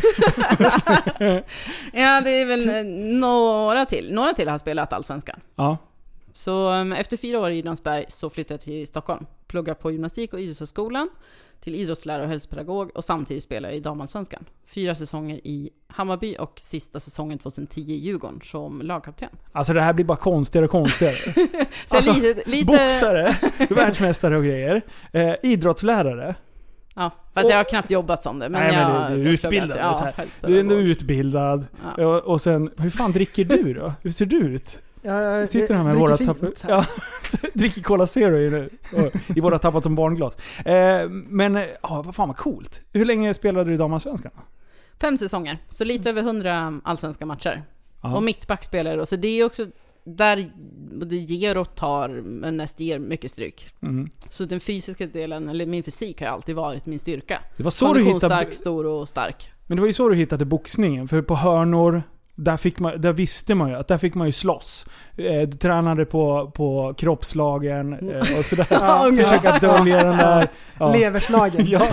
Ja, det är väl eh, några till. Några till har spelat Allsvenskan. Ja. Så um, efter fyra år i Idjonsberg så flyttade jag till Stockholm. Pluggar på gymnastik och idrottshögskolan till idrottslärare och hälsopedagog och samtidigt spelar jag i damallsvenskan. Fyra säsonger i Hammarby och sista säsongen tjugohundratio i Djurgården som lagkapten. Alltså det här blir bara konstigare och konstigare. Så Alltså, lite, lite... Boxare, världsmästare och grejer. Eh, idrottslärare. Ja, fast jag har knappt jobbat som det. Men Nej, men jag, du- du är jag utbildad, pluggat, så Ja, här. hälsopedagog. Du är ändå utbildad. Ja. Och, och sen, hur fan dricker du då? Hur ser du ut? Ja, Sitter här med dricker våra fint tappat... här. Ja, dricker Cola Zero i, nu, och, i våra tappat som barnglas. Eh, men, eh, ja, vad fan vad coolt. Hur länge spelade du i damallsvenskan? Fem säsonger, så lite över hundra allsvenska matcher. Ja. Och mittback spelar då, så det är också där det ger och tar, men näst ger mycket stryk. Mm. Så den fysiska delen, eller min fysik har alltid varit min styrka. Det var så du hittade... Konditionsstark, stor och stark. Men det var ju så du hittade boxningen. För på hörnor, där, fick man, där visste man ju att där fick man ju slåss. Eh, du tränade på, på kroppslagen eh, och sådär. Ja, Försöka dölja den där... Ja. Leverslagen. Ja.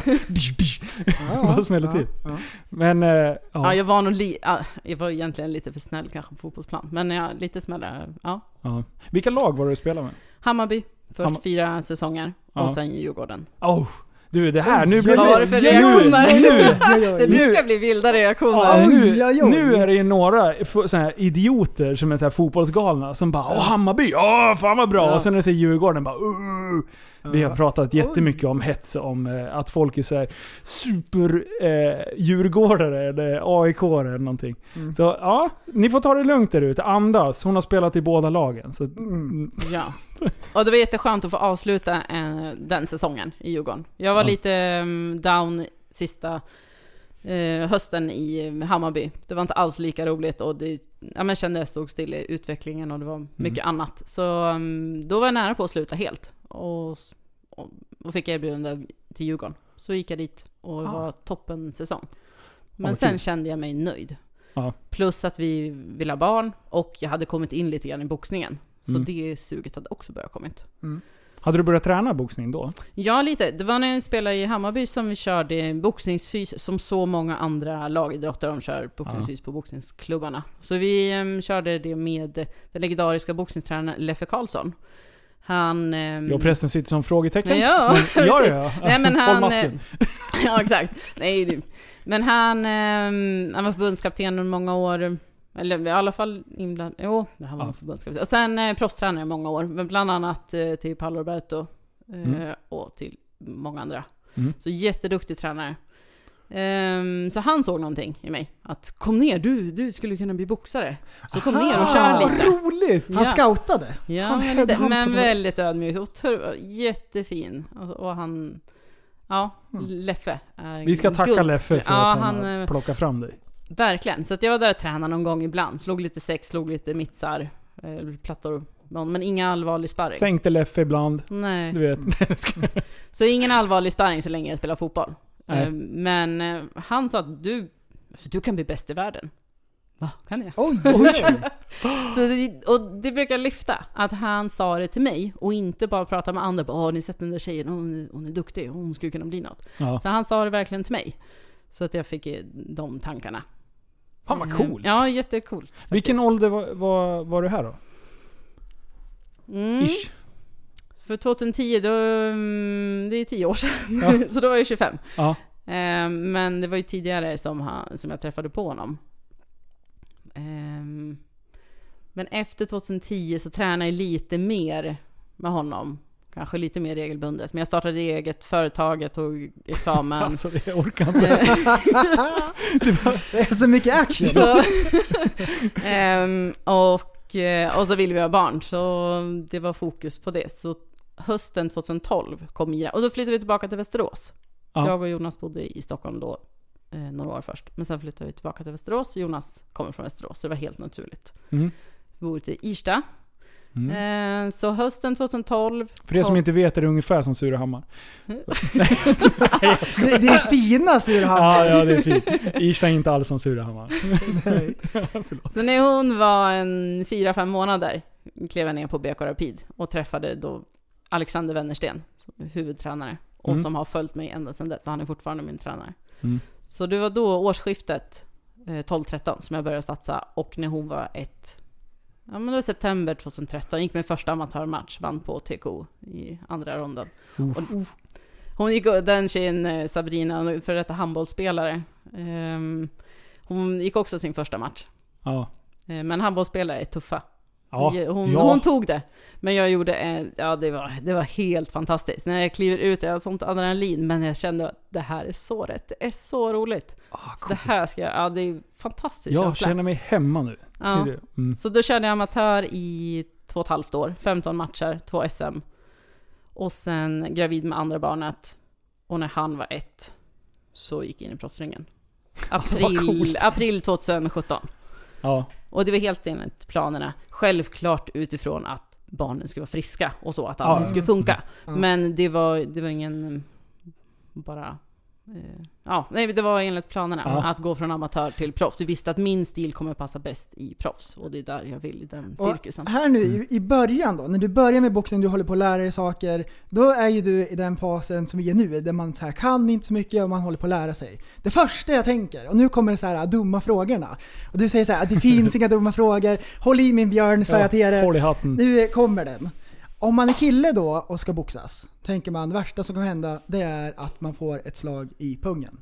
Ja, Bara smäller till. Ja, ja. Men, eh, ja. Ja, jag var nog li- ja, jag var egentligen lite för snäll kanske på fotbollsplan. Men ja, lite smällare, ja. ja. Vilka lag var det du spelade med? Hammarby, först Hammar- fyra säsonger. Ja. Och sen Djurgården. Oh, du det här, nu blir Vad var det för nu, reaktioner? nu, Oj, oj, oj. Det brukar bli vilda reaktioner. Ja, nu, Oj, oj, oj. nu är det ju några f- så här idioter som är så här fotbollsgalna som bara åh Hammarby, åh fan vad bra. Ja. Och sen är det så här Djurgården bara uh. Vi har pratat jättemycket om hets, om eh, att folk är så här super eh, djurgårdare eller A I K eller någonting. Mm. Så ja, ni får ta det lugnt där ute. Andas, hon har spelat i båda lagen. Så, Mm. Ja. Och det var jätteskönt att få avsluta eh, den säsongen i Djurgården. Jag var Ja. lite um, down sista eh, hösten i um, Hammarby. Det var inte alls lika roligt och det, ja, men jag kände att jag stod still i utvecklingen och det var mycket Mm. annat. Så um, då var jag nära på att sluta helt. Och, och, och fick erbjudande till Djurgården. Så gick jag dit och det Ah. var toppen säsong. Men vad sen kul. kände jag mig nöjd. Ja. Plus att vi ville ha barn och jag hade kommit in lite grann i boxningen. Så Mm. det suget hade också börjat kommit. Hade du börjat träna boxning då? Ja, lite. Det var när jag spelade i Hammarby som vi körde boxningsfys som så många andra lagidrotter de kör boxningsfys ja. på boxningsklubbarna. Så vi um, körde det med den legendariska boxningstränaren Leffe Karlsson. Han... Um, jag prästen sitter som frågetecken. Ja, men, ja, ja. Nej, men han... Håll masken. Ja, exakt. Nej, du. Men han, um, han var förbundskapten under många år. Eller i alla fall inbland... Jo, han var ja. förbundskapten. Och sen eh, proffstränare i många år. Men bland annat eh, till Paolo Roberto eh, mm. och till många andra. Mm. Så jätteduktig tränare. Um, så han såg någonting i mig. Att kom ner, du, du skulle kunna bli boxare. Så kom Aha, ner och kör lite. Roligt! Han ja. scoutade. Ja, han men, lite, men väldigt ödmjuk. Och jättefin. Och, och han... Ja, mm. Leffe är Vi ska tacka guld. Leffe för ja, att han, han har plockat fram dig. Verkligen. Så att jag var där och tränade någon gång ibland. Slog lite sex, slog lite mittsar, eh, plattor. Men inga allvarlig sparring. Sänkte Leffe ibland. Nej. Du vet. Så ingen allvarlig sparring så länge jag spelar fotboll. Eh, men eh, han sa att du, alltså, du kan bli bäst i världen. Va? Kan jag? Oj, oj. Så det, och det brukar lyfta att han sa det till mig och inte bara prata med andra. Åh, ni sett den där tjejen, hon, hon är duktig, hon skulle kunna bli något. Ja. Så han sa det verkligen till mig. Så att jag fick de tankarna. Fan vad coolt. Ja, jättekult. Faktiskt. Vilken ålder var, var, var du här då? Mm. Ish. För tjugohundratio, då, det är tio år sedan. Ja. Så då var jag tjugofem. Ja. Men det var ju tidigare som, han, som jag träffade på honom. Men efter tjugohundratio så tränade jag lite mer med honom. Kanske lite mer regelbundet. Men jag startade eget företag, jag tog examen. Alltså det orkar inte. Det är så mycket action. Så, um, och, och så ville vi ha barn. Så det var fokus på det. Så hösten tjugotolv kom Ira. Och då flyttade vi tillbaka till Västerås. Ja. Jag och Jonas bodde i Stockholm då. Eh, några år först. Men sen flyttade vi tillbaka till Västerås. Jonas kommer från Västerås. Så det var helt naturligt. Mm. Vi bor i Irsta. Mm. Så hösten tjugotolv. För det som inte vet är det ungefär som Surahammar. det, det är fina Surahammar. Ja, ja, det är fint. Irsta är inte alls som Surahammar. Så när hon var en fyra, fem månader klev jag ner på B K Rapid och träffade då Alexander Wennersten som är huvudtränare och mm. som har följt mig ända sedan dess. Så han är fortfarande min tränare. Mm. Så det var då årsskiftet tolv tretton som jag började satsa och när hon var ett Ja, men det var september tjugotretton. Gick med första amatörmatch. Vann på T K O i andra ronden. Uh. Och hon gick, den tjejen, Sabrina, för detta handbollsspelare. Um, hon gick också sin första match. Ja. Men handbollsspelare är tuffa. Ja. Hon, ja. hon tog det. Men jag gjorde en, ja, det var, det var helt fantastiskt. När jag kliver ut, jag hade sånt adrenalin. Men jag kände att det här är så rätt. Det är så roligt. Ah, så det här ska jag, ja, det är fantastiskt. Jag känsla. Känner mig hemma nu. Ja. Mm. Så då körde jag amatör i två och ett halvt år. femton matcher, två S M. Och sen gravid med andra barnet. Och när han var ett så gick jag in i proffsringen. April, alltså, april tjugosjutton. Ja. Och det var helt enligt planerna. Självklart utifrån att barnen skulle vara friska och så, att allt ja. skulle funka. Ja. Men det var, det var ingen bara... Eh, ja, nej, det var enligt planerna ja. att gå från amatör till proffs. Du visste att min stil kommer passa bäst i proffs. Och det är där jag vill i den cirkusen. Och här nu i, i början då, när du börjar med boxning, du håller på att lära dig saker. Då är ju du i den fasen som vi är nu, där man så här kan inte så mycket och man håller på att lära sig. Det första jag tänker, och nu kommer det så här dumma frågorna. Och du säger så här, att det finns inga dumma frågor. Håll i min björn, sa ja, jag till er. Håll i hatten. Nu kommer den. Om man är kille då och ska boxas, tänker man det värsta som kan hända, det är att man får ett slag i pungen.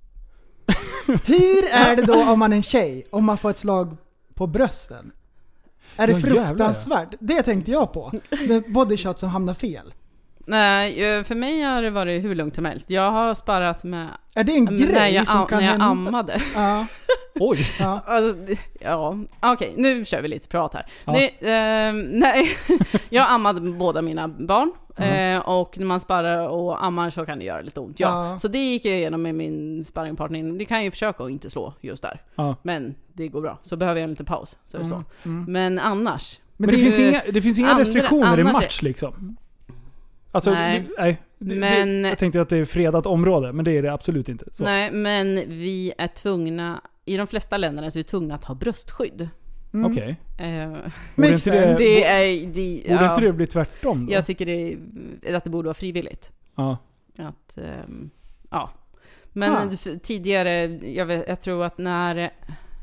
Hur är det då om man är en tjej, om man får ett slag på brösten? Är det ja, fruktansvärt? Jävlar. Det tänkte jag på. Det bodyshot som hamnar fel. Nej, för mig har det varit hur lugnt som helst. Jag har sparat med... Är det en grej när jag, som kan när jag hända? ammade. Ja. Oj. Ja, alltså, ja. Okej, nu kör vi lite prat här. Ja. Nej, eh, nej. Jag ammade båda mina barn. Mm. Eh, och när man sparrar och ammar så kan det göra lite ont. Ja. Ja. Så det gick jag igenom med min sparringpartner. Det kan jag ju försöka att inte slå just där. Ja. Men det går bra. Så behöver jag en liten paus. Så är det mm. så. Mm. Men annars... Men det, det finns inga, det finns inga andra, restriktioner i match liksom? Alltså, nej. nej det, men, det, jag tänkte att det är fredat område, men det är det absolut inte. Så. Nej, men vi är tvungna, i de flesta länderna så är vi tvungna att ha bröstskydd. Mm. Okej. Okay. Uh, borde inte det, det, är, det, borde ja, inte det bli tvärtom då? Jag tycker det, att det borde vara frivilligt. Ja. Att, um, ja. Men ha. tidigare, jag, vet, jag tror att när, eh,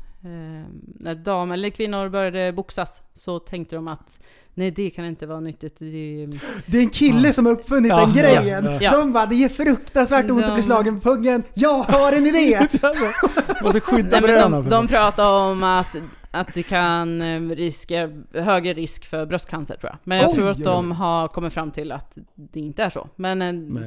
när dam eller kvinnor började boxas så tänkte de att nej, det kan inte vara nyttigt. Det, det är en kille ja. som har uppfunnit ja, den grejen. Ja, ja. De bara, det är fruktansvärt ont de... att bli slagen på pungen. Jag har en idé! Måste skydda nej, men de, de pratar om att, att det kan riska, högre risk för bröstcancer, tror jag. Men jag Oj, tror att ja. de har kommit fram till att det inte är så. Men nej.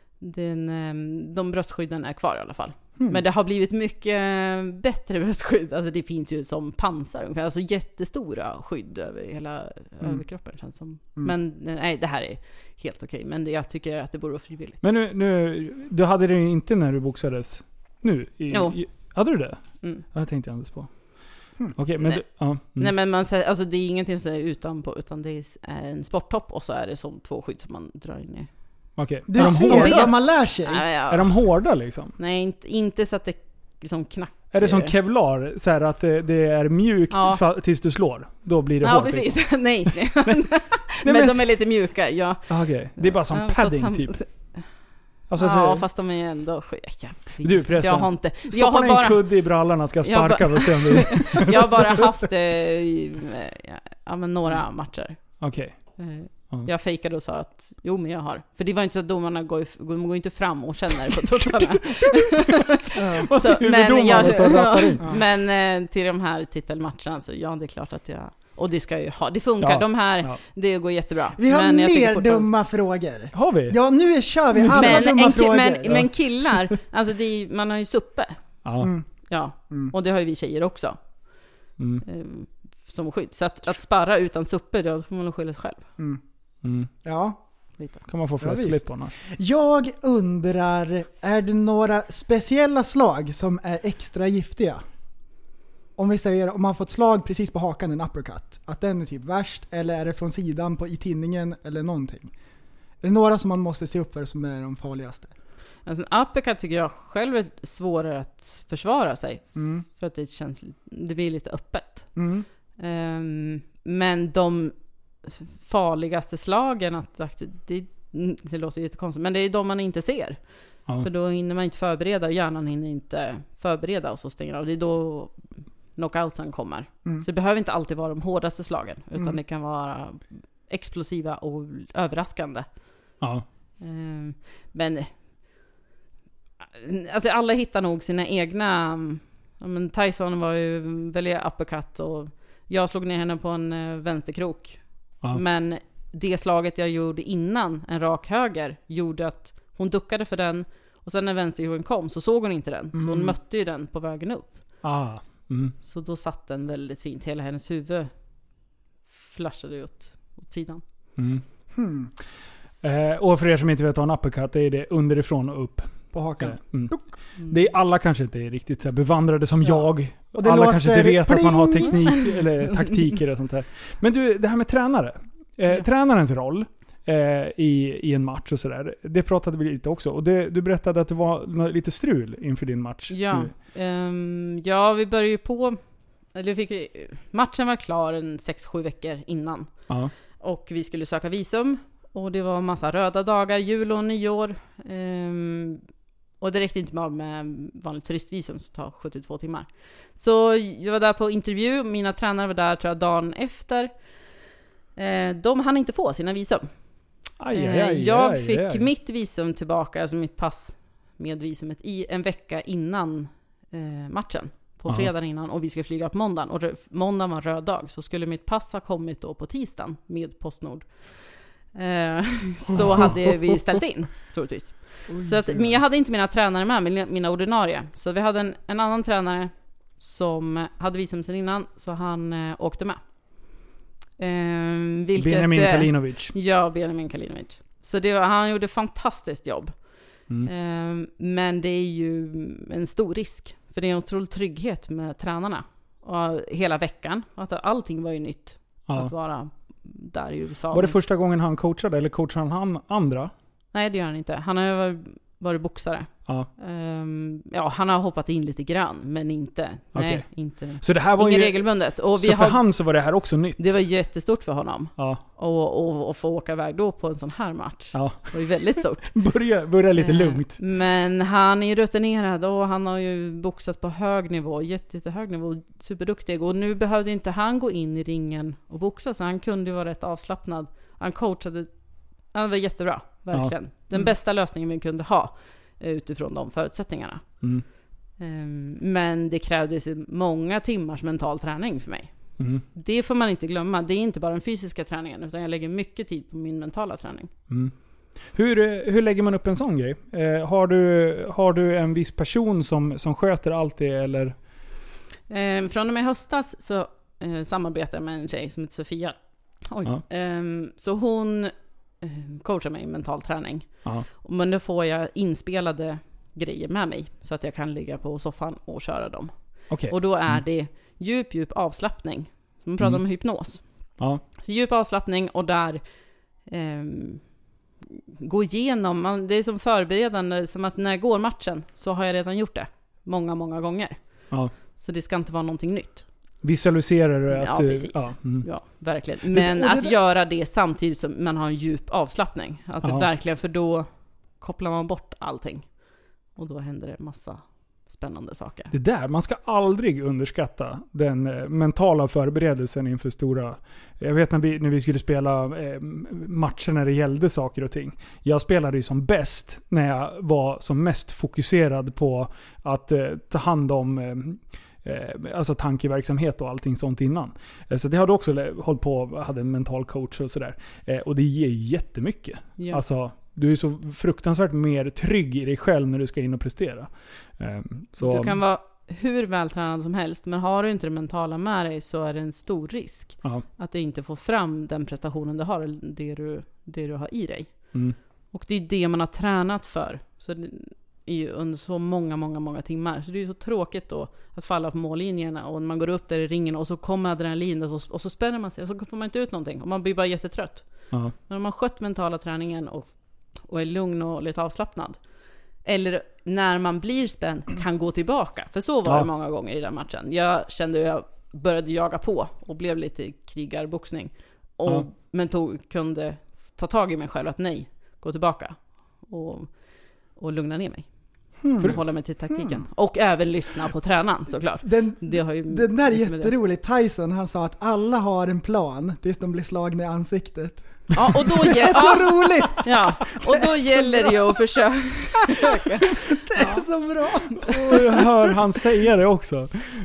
Den, de bröstskydden är kvar i alla fall. Mm. Men det har blivit mycket bättre bröstskydd. Alltså det finns ju som pansar ungefär. Alltså jättestora skydd över hela mm. överkroppen känns som. Mm. Men nej, det här är helt okej. Men det, jag tycker att det borde vara frivilligt. Men nu, nu du hade det ju inte när du boxades nu? I, jo. I, hade du det? Mm. Ja, jag tänkte alldeles på. Mm. Okej, men nej. Du, ja. Mm. Nej, men man säger, alltså det är ingenting som är utanpå, utan det är en sporttopp och så är det som två skydd som man drar in i. Okej. Du ser vad man lär sig. Ja, ja. Är de hårda liksom? Nej, inte, inte så att det liksom knackar. Är det som kevlar? Så här att det, det är mjukt ja. tills du slår? Då blir det ja, hårt. Ja, precis. Liksom. nej, nej. men, men de är lite mjuka, ja. Okej. Okay. Det är bara som ja, padding tam- typ. Alltså, ja, så, fast de är ändå sjuka. Du förresten, jag har inte. Stoppa jag har en bara, kudde i brallarna ska sparka jag, ba- och se om du... jag har bara haft det i ja, men några matcher. Okej. Okay. Mm. Jag fejkade och sa att jo, men jag har. För det var inte så att domarna går, de går inte fram och känner på tottarna. så, men jag, ja, men till de här titelmatcherna så ja, det är klart att jag, och det ska ju ha, det funkar. Ja, de här, ja. det går jättebra. Vi har men mer dumma frågor. Har vi? Ja, nu kör vi alla men, dumma en, frågor. Men, ja. men killar, alltså det är, man har ju suppe. Ja. Mm. Ja, mm. och det har ju vi tjejer också. Mm. Um, som skydd. Så att, att sparra utan suppe, då får man skylla sig själv. Mm. Mm. Ja. Lite. Kan man få fläsklipp på något? Jag undrar, är det några speciella slag som är extra giftiga? Om vi säger, om man får ett slag precis på hakan, en uppercut, att den är typ värst, eller är det från sidan på, i tinningen eller någonting? Är det några som man måste se upp för som är de farligaste? Alltså en uppercut tycker jag själv är svårare att försvara sig. Mm. För att det känns, det blir lite öppet. Mm. Um, men de farligaste slagen, att, det, det låter jättekonstigt, men det är de man inte ser. Ja. För då hinner man inte förbereda, och hjärnan hinner inte förbereda och så stänger av. Det är då knockoutsen kommer. Mm. Så det behöver inte alltid vara de hårdaste slagen, utan mm. det kan vara explosiva och överraskande. Ja. Um, men alltså alla hittar nog sina egna. Ja, men Tyson var ju väldigt uppercut och jag slog ner henne på en uh, vänsterkrok. Ja. Men det slaget jag gjorde innan, en rak höger, gjorde att hon duckade för den, och sen när vänsterkroken kom så såg hon inte den. Mm. Så hon mötte ju den på vägen upp. Ah. Mm. Så då satt den väldigt fint. Hela hennes huvud flashade åt, åt sidan. Mm. Hmm. Eh, och för er som inte vet vad en uppercut är, det underifrån och upp. På hakan. Mm. Mm. Det är alla kanske inte är riktigt så här bevandrade som ja. jag. Och det alla kanske inte vet pling. att man har teknik eller taktiker och sånt där. Men du, det här med tränare. Eh, ja. Tränarens roll eh, i, i en match och sådär. Det pratade vi lite också. Och det, du berättade att det var lite strul inför din match. Ja, um, ja vi började ju på... Eller fick vi, matchen var klar en sex sju veckor innan. Ja. Och vi skulle söka visum. Och det var en massa röda dagar, jul och nyår. Um, och det räckte inte med, med vanligt turistvisum som tar sjuttiotvå timmar. Så jag var där på intervju. Mina tränare var där tror jag dagen efter. Uh, de hann inte få sina visum. Aj, aj, aj, jag aj, fick aj, aj. mitt visum tillbaka, alltså mitt pass med visumet, i en vecka innan uh, matchen. På Aha. fredagen innan, och vi ska flyga på måndagen. Och måndagen var röd dag. Så skulle mitt pass ha kommit då på tisdagen med Postnord. Eh, så hade vi ställt in, troligtvis. Så att, men jag hade inte mina tränare med, mina, mina ordinarie. Så vi hade en, en annan tränare som hade visum sen innan, så han eh, åkte med. Eh, vilket, Benjamin Kalinovic. Ja, Benjamin Kalinovic. Så det var, han gjorde fantastiskt jobb. Mm. Eh, men det är ju en stor risk. För det är en otrolig trygghet med tränarna. Och hela veckan. Att allting var ju nytt. Ja. Att vara där i U S A. Var det första gången han coachade, eller coachade han andra? Nej, det gör han inte. Han har varit boxare. Ja. Um, ja, han har hoppat in lite grann, men inte. Okay. Nej, inte. Så det här var Ingen ju regelbundet. Och vi så för har, han så var det här också nytt. det var jättestort för honom. Ja. Och, och, och få åka iväg då på en sån här match. Ja. Det var ju väldigt stort. börja, börja lite uh, lugnt. Men han är ju rutinerad och han har ju boxat på hög nivå. Jätte, jätte hög nivå. Superduktig. Och nu behövde inte han gå in i ringen och boxa. Så han kunde ju vara rätt avslappnad. Han coachade. Han var jättebra. Verkligen. Ja. Den Mm. bästa lösningen vi kunde ha utifrån de förutsättningarna. Mm. Um, men det krävdes många timmars mental träning för mig. Mm. Det får man inte glömma. Det är inte bara den fysiska träningen, utan jag lägger mycket tid på min mentala träning. Mm. Hur, hur lägger man upp en sån grej? Eh, har, du, har du en viss person som, som sköter allt det, eller? Um, från och med höstas så uh, samarbetar jag med en tjej som heter Sofia. Oj. Ja. Um, så hon uh, coachar mig i mental träning. Ja. Men då får jag inspelade grejer med mig så att jag kan ligga på soffan och köra dem. Okay. Och då är mm. det djup, djup avslappning. Så man pratar Mm. om hypnos. Ja. Så djup avslappning och där um, gå igenom, man, det är som förberedande, som att när jag går matchen så har jag redan gjort det många, många gånger. Ja. Så det ska inte vara någonting nytt. Visualiserar du att Ja, du... precis. Ja, mm. Ja, verkligen. Men det, att det, göra det samtidigt som man har en djup avslappning. Att Ja. det verkligen, för då kopplar man bort allting. Och då händer det massa spännande saker. Det där, man ska aldrig underskatta den eh, mentala förberedelsen inför stora... Jag vet när vi, när vi skulle spela eh, matcher när det gällde saker och ting. Jag spelade ju som bäst när jag var som mest fokuserad på att eh, ta hand om eh, eh, alltså tankeverksamhet och allting sånt innan. Eh, så det hade också hållit på, hade en mental coach och sådär. Eh, och det ger ju jättemycket. Ja. Alltså... Du är så fruktansvärt mer trygg i dig själv när du ska in och prestera. Så... Du kan vara hur vältränad som helst, men har du inte det mentala med dig så är det en stor risk ja. att du inte får fram den prestationen du har, eller det du, det du har i dig. Mm. Och det är det man har tränat för. Så det är ju under så många, många, många timmar. Så det är ju så tråkigt då att falla på mållinjerna och man går upp där i ringen och så kommer adrenalin och så, och så spänner man sig och så får man inte ut någonting och man blir bara jättetrött. Ja. Men om man skött mentala träningen och och är lugn och lite avslappnad. Eller när man blir spänd kan gå tillbaka. För så var ja. det många gånger i den matchen. Jag kände att jag började jaga på och blev lite krigarboxning. Och, ja. Men tog, kunde ta tag i mig själv att nej, gå tillbaka. Och, och lugna ner mig. Hmm. För att hålla mig till taktiken. Hmm. Och även lyssna på tränaren såklart. Den, det har ju den där är jätterolig. Tyson, han sa att alla har en plan tills de blir slagna i ansiktet. Ja, och då det är så roligt! Ja, och då gäller det ju att försöka. Det är ja. så bra! Och jag hör han säga det också.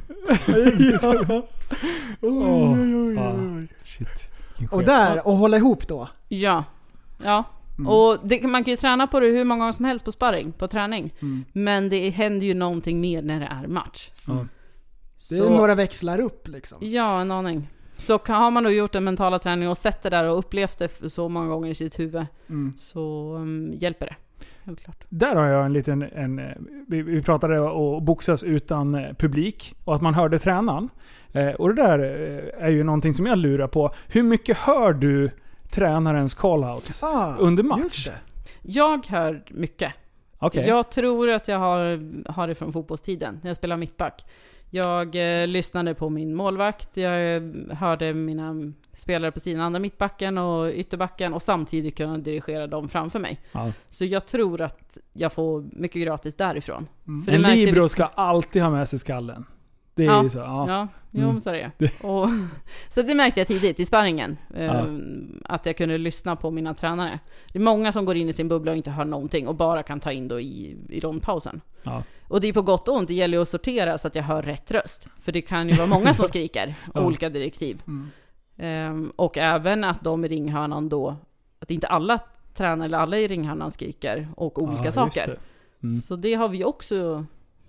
ja. oh. oj, oj, oj. Shit. Och där, och hålla ihop då. Ja, ja. Mm. Och det, man kan ju träna på det hur många gånger som helst på sparring, på träning. Mm. Men det händer ju någonting mer när det är match. Mm. Det är så, några växlar upp liksom. Ja, en aning. Så kan, har man då gjort en mentala träning och sett det där och upplevt det så många gånger i sitt huvud mm. så um, hjälper det. Helt klart. Där har jag en liten... En, vi, vi pratade om att boxas utan publik och att man hörde tränaren. Eh, och det där är ju någonting som jag lurar på. Hur mycket hör du tränarens callouts ah, under match? Jag hör mycket. Okay. Jag tror att jag har, har det från fotbollstiden när jag spelar mittback. Jag eh, lyssnade på min målvakt. Jag eh, hörde mina spelare på sidan, andra mittbacken och ytterbacken och samtidigt kunna dirigera dem framför mig. Ja. Så jag tror att jag får mycket gratis därifrån. Mm. För en libero vi... ska alltid ha med sig skallen. Det är ja, ju så. Ja, ja jo, mm. så är det. Och, så det märkte jag tidigt i sparringen. Ja. Eh, att jag kunde lyssna på mina tränare. Det är många som går in i sin bubbla och inte hör någonting och bara kan ta in då i, i rondpausen. Ja. Och det är på gott och ont. Det gäller ju att sortera så att jag hör rätt röst. För det kan ju vara många som skriker ja. olika direktiv. Mm. Um, och även att de i ringhörnan då, att inte alla tränare eller alla i ringhörnan skriker och olika ja, saker. Det. Mm. Så det har vi också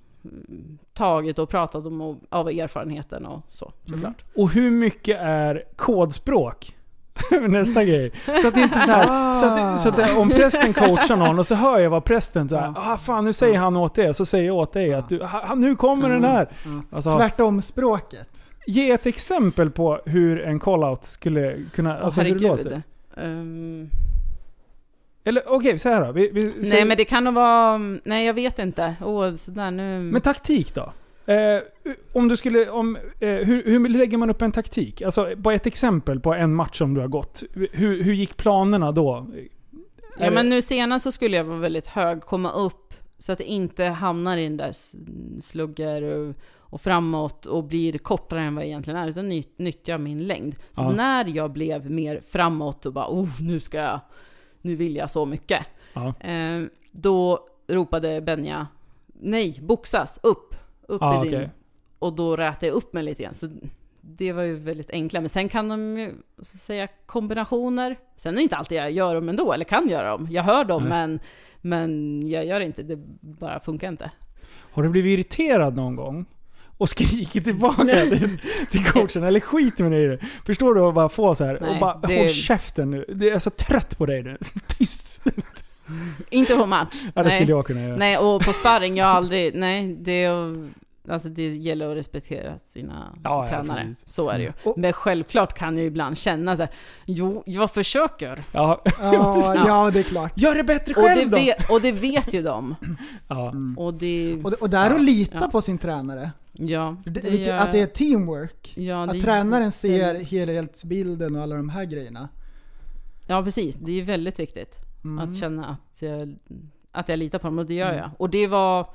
tagit och pratat om av erfarenheten och så, såklart. Mm. Och hur mycket är kodspråk? Nästa grej. Så att det inte så här, ah. så att, så att det, om prästen coachar någon och så hör jag vad prästen så här, ah fan nu säger han åt det, så säger jag åt dig att du, ha, nu kommer mm. den här. Mm. Alltså, tvärtom språket. Ge ett exempel på hur en call-out skulle kunna, oh, alltså hur det låter. Um... Eller okej, okay, så här då. Vi, vi, nej, säger... men det kan nog vara... Nej, jag vet inte. Åh, sådär nu... Men taktik då? Eh, om du skulle... Om, eh, hur, hur lägger man upp en taktik? Alltså, bara ett exempel på en match som du har gått. Hur, hur gick planerna då? Ja, men nu senast så skulle jag vara väldigt hög, komma upp så att det inte hamnar i den där sluggar och, och framåt och blir kortare än vad jag egentligen är, utan ny, nyttja min längd. Så ja. när jag blev mer framåt och bara, oh, nu ska jag, nu vill jag så mycket. Ja. Eh, då ropade Benja, nej, boxas, upp, upp ja, i din. Okay. Och då rätade jag upp mig lite grann. Så det var ju väldigt enkla. Men sen kan de ju så säga kombinationer. Sen är det inte alltid jag gör dem ändå, eller kan göra dem. Jag hör dem, men, men jag gör inte. Det bara funkar inte. Har du blivit irriterad någon gång? Och skrikit tillbaka till, till coachen? Eller skit med det. Förstår du att bara få så här? Nej, och bara, det... håll käften nu. Det är så trött på dig nu. Tyst. Inte på match. Ja, det nej. skulle jag kunna göra. Nej, och på sparring, jag har aldrig... Nej, det är... Alltså det gäller att respektera sina ja, tränare. Ja, så är det ju. Och, men självklart kan jag ibland känna så här, jo, jag försöker. Ja, ja, ja, det är klart. Gör det bättre själv och det då. Vet, och det vet ju de. Ja. Mm. Och, det, och, och där ja, att lita ja. på sin tränare. Ja. Det, det, att det är teamwork. Ja, att det, tränaren ser helhetsbilden och alla de här grejerna. Ja, precis. Det är väldigt viktigt. Mm. Att känna att jag, att jag litar på dem, och det gör mm. jag. Och det var...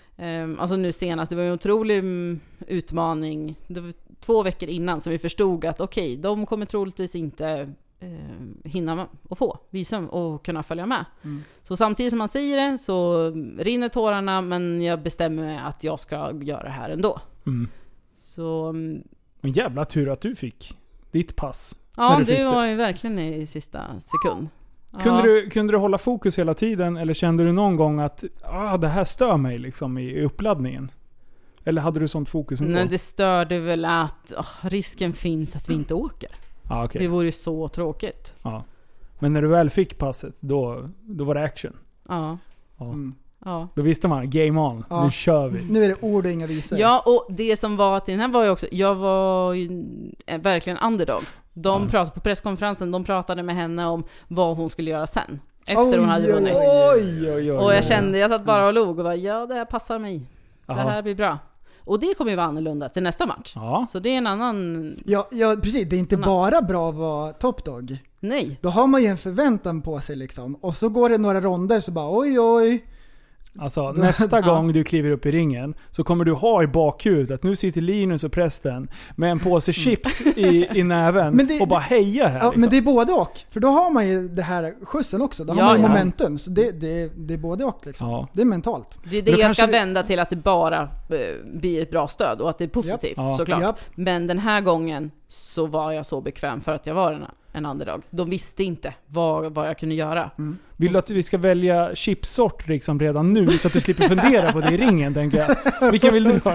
Um, alltså nu senast, det var en otrolig utmaning. Det var två veckor innan som vi förstod att okej, okay, de kommer troligtvis inte uh, hinna att få visum och kunna följa med. Mm. Så samtidigt som man säger det så rinner tårarna, men jag bestämmer mig att jag ska göra det här ändå. Mm. Så... Um, en jävla tur att du fick ditt pass. Ja, det var ju verkligen i sista sekund. Kunde, ja. du, kunde du hålla fokus hela tiden, eller kände du någon gång att ah, det här stör mig liksom i uppladdningen? Eller hade du sånt fokus ändå? Nej, det störde väl att oh, risken finns att vi inte åker. Ah, okay. Det vore ju så tråkigt. Ja. Men när du väl fick passet, då, då var det action. Ja. Ja. Mm. Ja. Då visste man, game on, ja. Nu kör vi. Nu är det ord och inga visor. Ja, och det som var till den här var ju också, jag var ju verkligen underdog. De ja. pratade på presskonferensen, de pratade med henne om vad hon skulle göra sen. Efter oj, hon hade vunnit. Oj, oj, oj, och jag kände, jag satt bara och log och bara, ja, det här passar mig. Aha. Det här blir bra. Och det kommer ju vara annorlunda till nästa match. Ja. Så det är en annan... Ja, ja precis. Det är inte annan. bara bra att vara top dog. Nej. Då har man ju en förväntan på sig liksom. Och så går det några ronder så bara, oj, oj. Alltså nästa gång du kliver upp i ringen så kommer du ha i bakhuvudet att nu sitter Linus och prästen med en påse chips i, i näven det, och bara hejar här. Ja, liksom. Men det är både och. För då har man ju det här skjutsen också. Då har ja, man ju ja. momentum. Så det, det, det är både och liksom. Ja. Det är mentalt. Det är det jag kanske... ska vända till, att det bara uh, blir ett bra stöd och att det är positivt, ja. såklart. Ja. Men den här gången så var jag så bekväm för att jag var en, en underdog. De visste inte vad, vad jag kunde göra. Mm. Vill du att vi ska välja chipsort liksom redan nu så att du slipper fundera på det i ringen, tänker jag? Vilken vill du ha?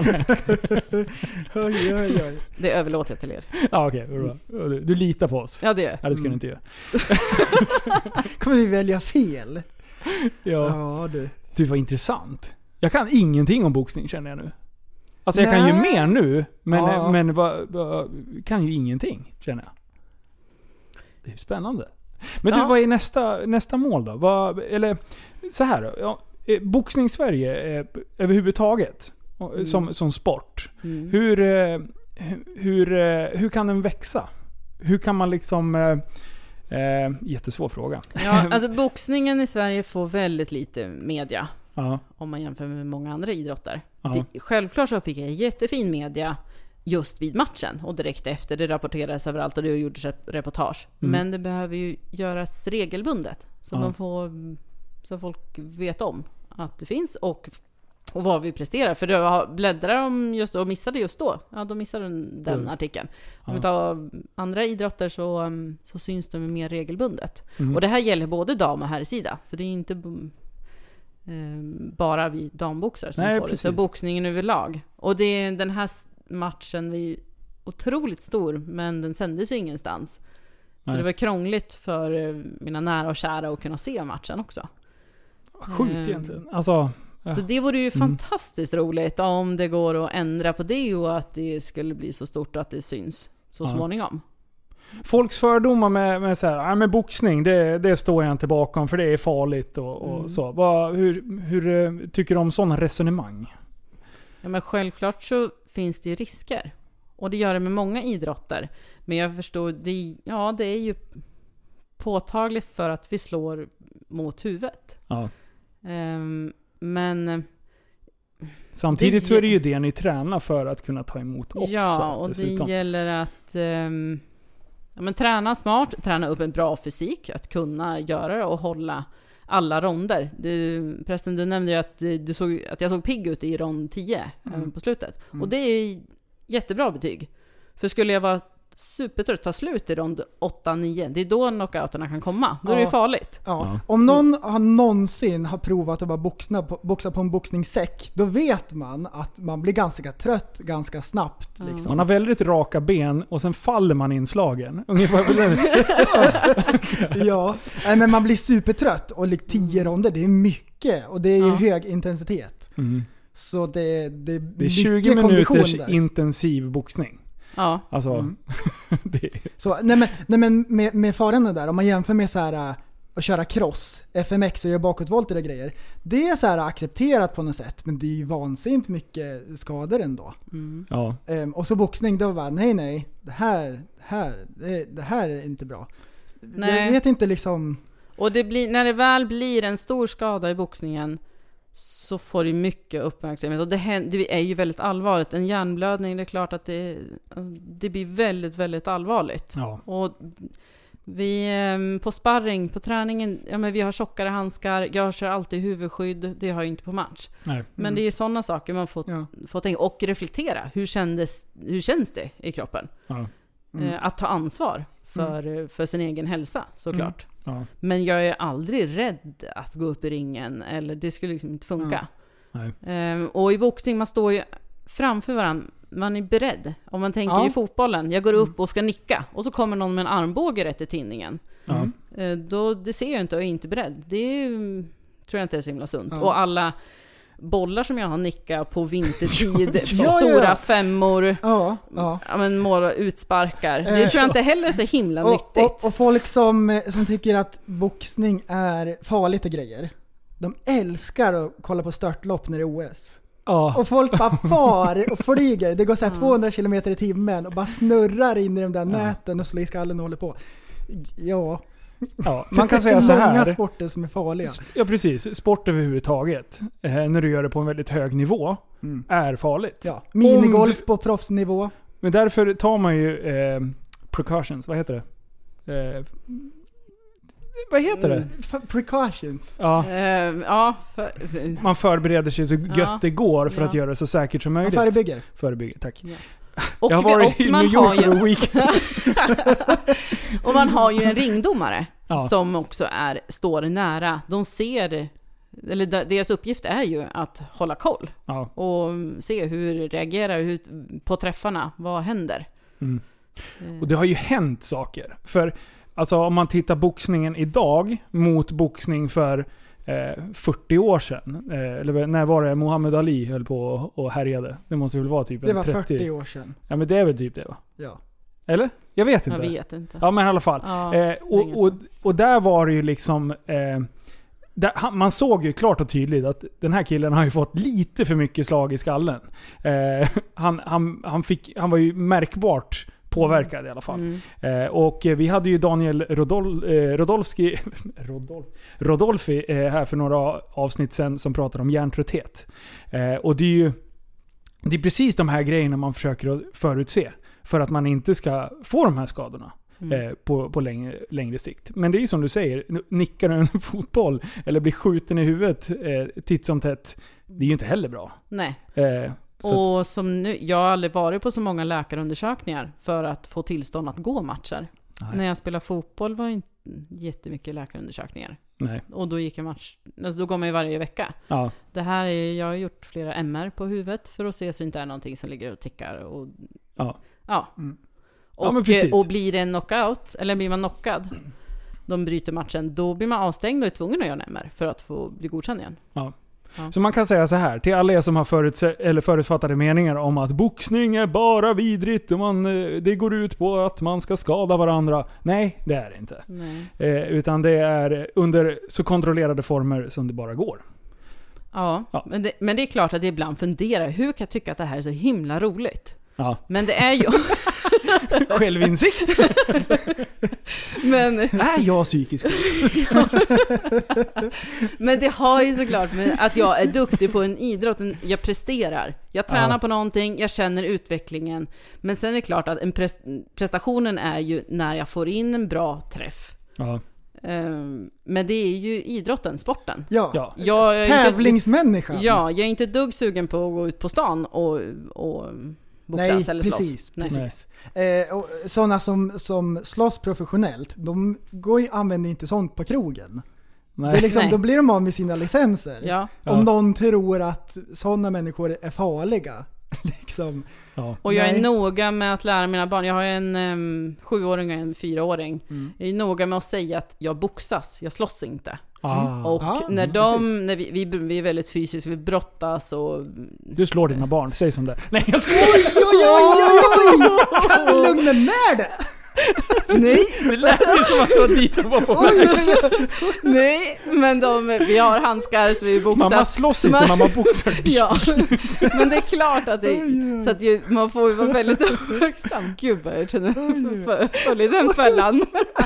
oj, oj, oj. Det överlåter jag till er. Ja, okej. Okay, du, du litar på oss. Ja, det är. Ja, det ska mm. du inte göra. Kommer vi välja fel? Ja. Ja, du. Det var intressant. Jag kan ingenting om boxning, känner jag nu. Alltså jag Nej. kan ju mer nu, men, ja. men va, va, kan ju ingenting, känner jag. Det är spännande. Men ja. du, vad är nästa, nästa mål då? Vad, eller så här då. Ja, boxning Sverige eh, överhuvudtaget mm. som, som sport. Mm. Hur, eh, hur, eh, hur kan den växa? Hur kan man liksom... Eh, eh, jättesvår fråga. Ja, alltså boxningen i Sverige får väldigt lite media. Ja. Om man jämför med många andra idrotter. Ja. Det, självklart så fick jag jättefin media just vid matchen och direkt efter. Det rapporterades överallt och det gjordes reportage. Mm. Men det behöver ju göras regelbundet. Så, ja. man får, så folk vet om att det finns och, och vad vi presterar. För då bläddrar de just då och missade just då. Ja, de missade den mm. artikeln. Om vi tar andra idrotter så, så syns de mer regelbundet. Mm. Och det här gäller både dam och herrsida. Så det är inte... bara vi damboxar som Nej, får det. Så boxningen överlag. Och det är den här matchen vi otroligt stor, men den sändes ju ingenstans. Så Nej. det var krångligt för mina nära och kära att kunna se matchen också. Sjukt mm. egentligen. Alltså, ja. Så det vore ju mm. fantastiskt roligt om det går att ändra på det och att det skulle bli så stort att det syns så ja. småningom. Folks fördomar med, med, så här, ja, med boxning, det, det står jag inte bakom för det är farligt och, och Mm. så. Vad, hur, hur tycker du om sådana resonemang? Ja, men självklart så finns det ju risker. Och det gör det med många idrotter. Men jag förstår, det, ja, det är ju påtagligt för att vi slår mot huvudet. Ja. Um, men Samtidigt det, så är det ju det ni tränar för att kunna ta emot också. Ja, och dessutom. det gäller att um, ja, men träna smart, träna upp en bra fysik, att kunna göra det och hålla alla ronder. Du, förresten, du nämnde ju att, du såg, att jag såg pigg ut i rond tio mm. på slutet. Mm. Och det är jättebra betyg. För skulle jag vara supertrött, ta slut i rond åtta nio, det är då knockouterna kan komma. Då ja. är det farligt. Ja. Ja. Om någon har någonsin har provat att bara boxa på, boxa på en boxningssäck, då vet man att man blir ganska trött ganska snabbt. Mm. Liksom. Man har väldigt raka ben och sen faller man inslagen. Ungefär. Ja, men man blir supertrött och like tio ronder, det är mycket och det är ju ja. hög intensitet. Mm. Så det, det, det är tjugo minuters intensiv boxning. Ja. Alltså, mm. det. Så, nej men, nej men med, med farorna där, om man jämför med så här att köra cross, F M X och göra bakåtvolter och grejer. Det är så här accepterat på något sätt, men det är ju vansinnigt mycket skador ändå. Mm. Ja. Um, och så boxning, då var nej nej, det här, här det, det här är inte bra. Nej. Jag vet inte liksom. Och det blir, när det väl blir en stor skada i boxningen så får det mycket uppmärksamhet. Och det, händer, det är ju väldigt allvarligt. En hjärnblödning, det är klart att det, det blir väldigt, väldigt allvarligt. Ja. Och vi på sparring, på träningen, ja, men vi har tjockare handskar. Jag kör alltid huvudskydd. Det har jag inte på match. Nej. Mm. Men det är sådana saker man får, ja. får tänka. Och reflektera. Hur, kändes, hur känns det i kroppen? Ja. Mm. Att ta ansvar för, mm. för sin egen hälsa, såklart. Mm. Ja. Men jag är aldrig rädd att gå upp i ringen, eller det skulle liksom inte funka. Ja. Ehm, och i boxning, man står ju framför varandra, man är beredd. Om man tänker ja. i fotbollen, jag går upp och ska nicka och så kommer någon med en armbåge rätt i tinningen. Ja. Ehm, då, det ser jag inte och är inte beredd. Det är, tror jag inte är så himla sunt. Ja. Och alla bollar som jag har nickat på vintertid, ja, stora ja, ja. femmor, ja, ja. Ja, men mål utsparkar. Det Eh, tror jag inte heller är så himla och, nyttigt. Och, och folk som, som tycker att boxning är farligt och grejer, de älskar att kolla på störtlopp när det är O S. Ja. Och folk bara far och flyger. Det går så här tvåhundra kilometer i timmen och bara snurrar in i de där ja. näten och slår i skallen och håller på. Ja. Ja, man kan säga så här. Många sporter som är farliga. Ja, precis. Sport överhuvudtaget, eh, när du gör det på en väldigt hög nivå, mm. är farligt. Ja. Minigolf du, på proffsnivå. Men därför tar man ju eh, precautions. Vad heter det? Eh, vad heter det? Mm, precautions. Ja. Uh, ja för, man förbereder sig så gött ja. det går för ja. att göra det så säkert som möjligt. Man förebygger. Förebygger, tack. Ja. Och, jag har varit i New York för en weekend. Och man har ju en ringdomare ja. som också är, står nära. De ser, eller deras uppgift är ju att hålla koll. Ja. Och se hur reagerar hur, på träffarna. Vad händer? Mm. Och det har ju hänt saker. För alltså, om man tittar boxningen idag mot boxning för eh, fyrtio år sedan. Eh, eller när var det Muhammad Ali höll på och härjade? Det måste väl vara typ det var trettio fyrtio år sedan. Ja, men det är väl typ det, va? Ja. Eller? Jag vet inte. Jag vet inte. Ja, men i alla fall. Ja, eh, och, och, och där var det ju liksom... Eh, där, han, man såg ju klart och tydligt att den här killen har ju fått lite för mycket slag i skallen. Eh, han, han, han, fick, han var ju märkbart påverkad i alla fall. Mm. Eh, och vi hade ju Daniel Rodol, eh, Rodolfski, Rodolf, Rodolfi eh, här för några avsnitt sen som pratade om hjärntrötthet. Eh, och det är ju det är precis de här grejerna man försöker att förutse för att man inte ska få de här skadorna. Mm. Eh, på, på längre, längre sikt. Men det är ju som du säger, nickar du en fotboll eller blir skjuten i huvudet eh, titt som tätt, det är ju inte heller bra. Nej. Eh, och att, som nu, jag har aldrig varit på så många läkarundersökningar för att få tillstånd att gå matcher. Nej. När jag spelade fotboll var det inte jättemycket läkarundersökningar. Nej. Och då gick jag match, alltså då går man ju varje vecka. Ja. Det här är, jag har gjort flera M R på huvudet för att se så det inte är någonting som ligger och tickar. Och, ja. Ja. Mm. Och, ja, och blir det en knockout, eller blir man knockad, de bryter matchen, då blir man avstängd och är tvungen att göra en M R för att få bli godkänd igen. Ja. Ja. Så man kan säga så här, till alla er som har förutse- eller förutfattade meningar om att boxning är bara vidrigt och man, det går ut på att man ska skada varandra. Nej, det är det inte. Nej. Eh, utan det är under så kontrollerade former som det bara går. Ja, Ja. Men, det, men det är klart att jag ibland funderar, hur kan jag tycka att det här är så himla roligt? Ja. Men det är ju... Självinsikt. men, är jag psykisk? men det har ju såklart med att jag är duktig på en idrott, jag presterar. Jag tränar Ja. på någonting, jag känner utvecklingen. Men sen är det klart att en pres- prestationen är ju när jag får in en bra träff. Ja. Um, men det är ju idrotten, sporten. Ja. Ja. Jag är Tävlingsmänniskan. Inte, ja, jag är inte dugg sugen på att gå ut på stan och, och boxas Nej, eller slåss. precis. Nej. precis. Eh, och sådana som, som slåss professionellt, de går ju, använder inte sånt på krogen. Nej. Det är liksom, Nej. då blir de av med sina licenser. Ja. Om Ja. någon tror att sådana människor är farliga. liksom. Ja. Och jag är Nej. noga med att lära mina barn. Jag har en um, sjuåring och en fyraåring. Mm. Jag är noga med att säga att jag boxas, jag slåss inte. Ah. Och Ja, när mm, de, precis. när vi, vi, vi är väldigt fysiska, vi brottas och... Du slår dina barn, säg som det. Nej, jag skojar. Oj, oj, oj, oj, oj! Kan du lugna ner det? Nej, Det lät ju som att så dit och var på väg. nej, men de, vi har handskar så vi boxas. Mamma slåss Så inte, man- mamma boxar. Ja, men det är klart att det, så att ju, man får ju vara väldigt uppmärksam. Gud vad jag känner för- följer den fällan.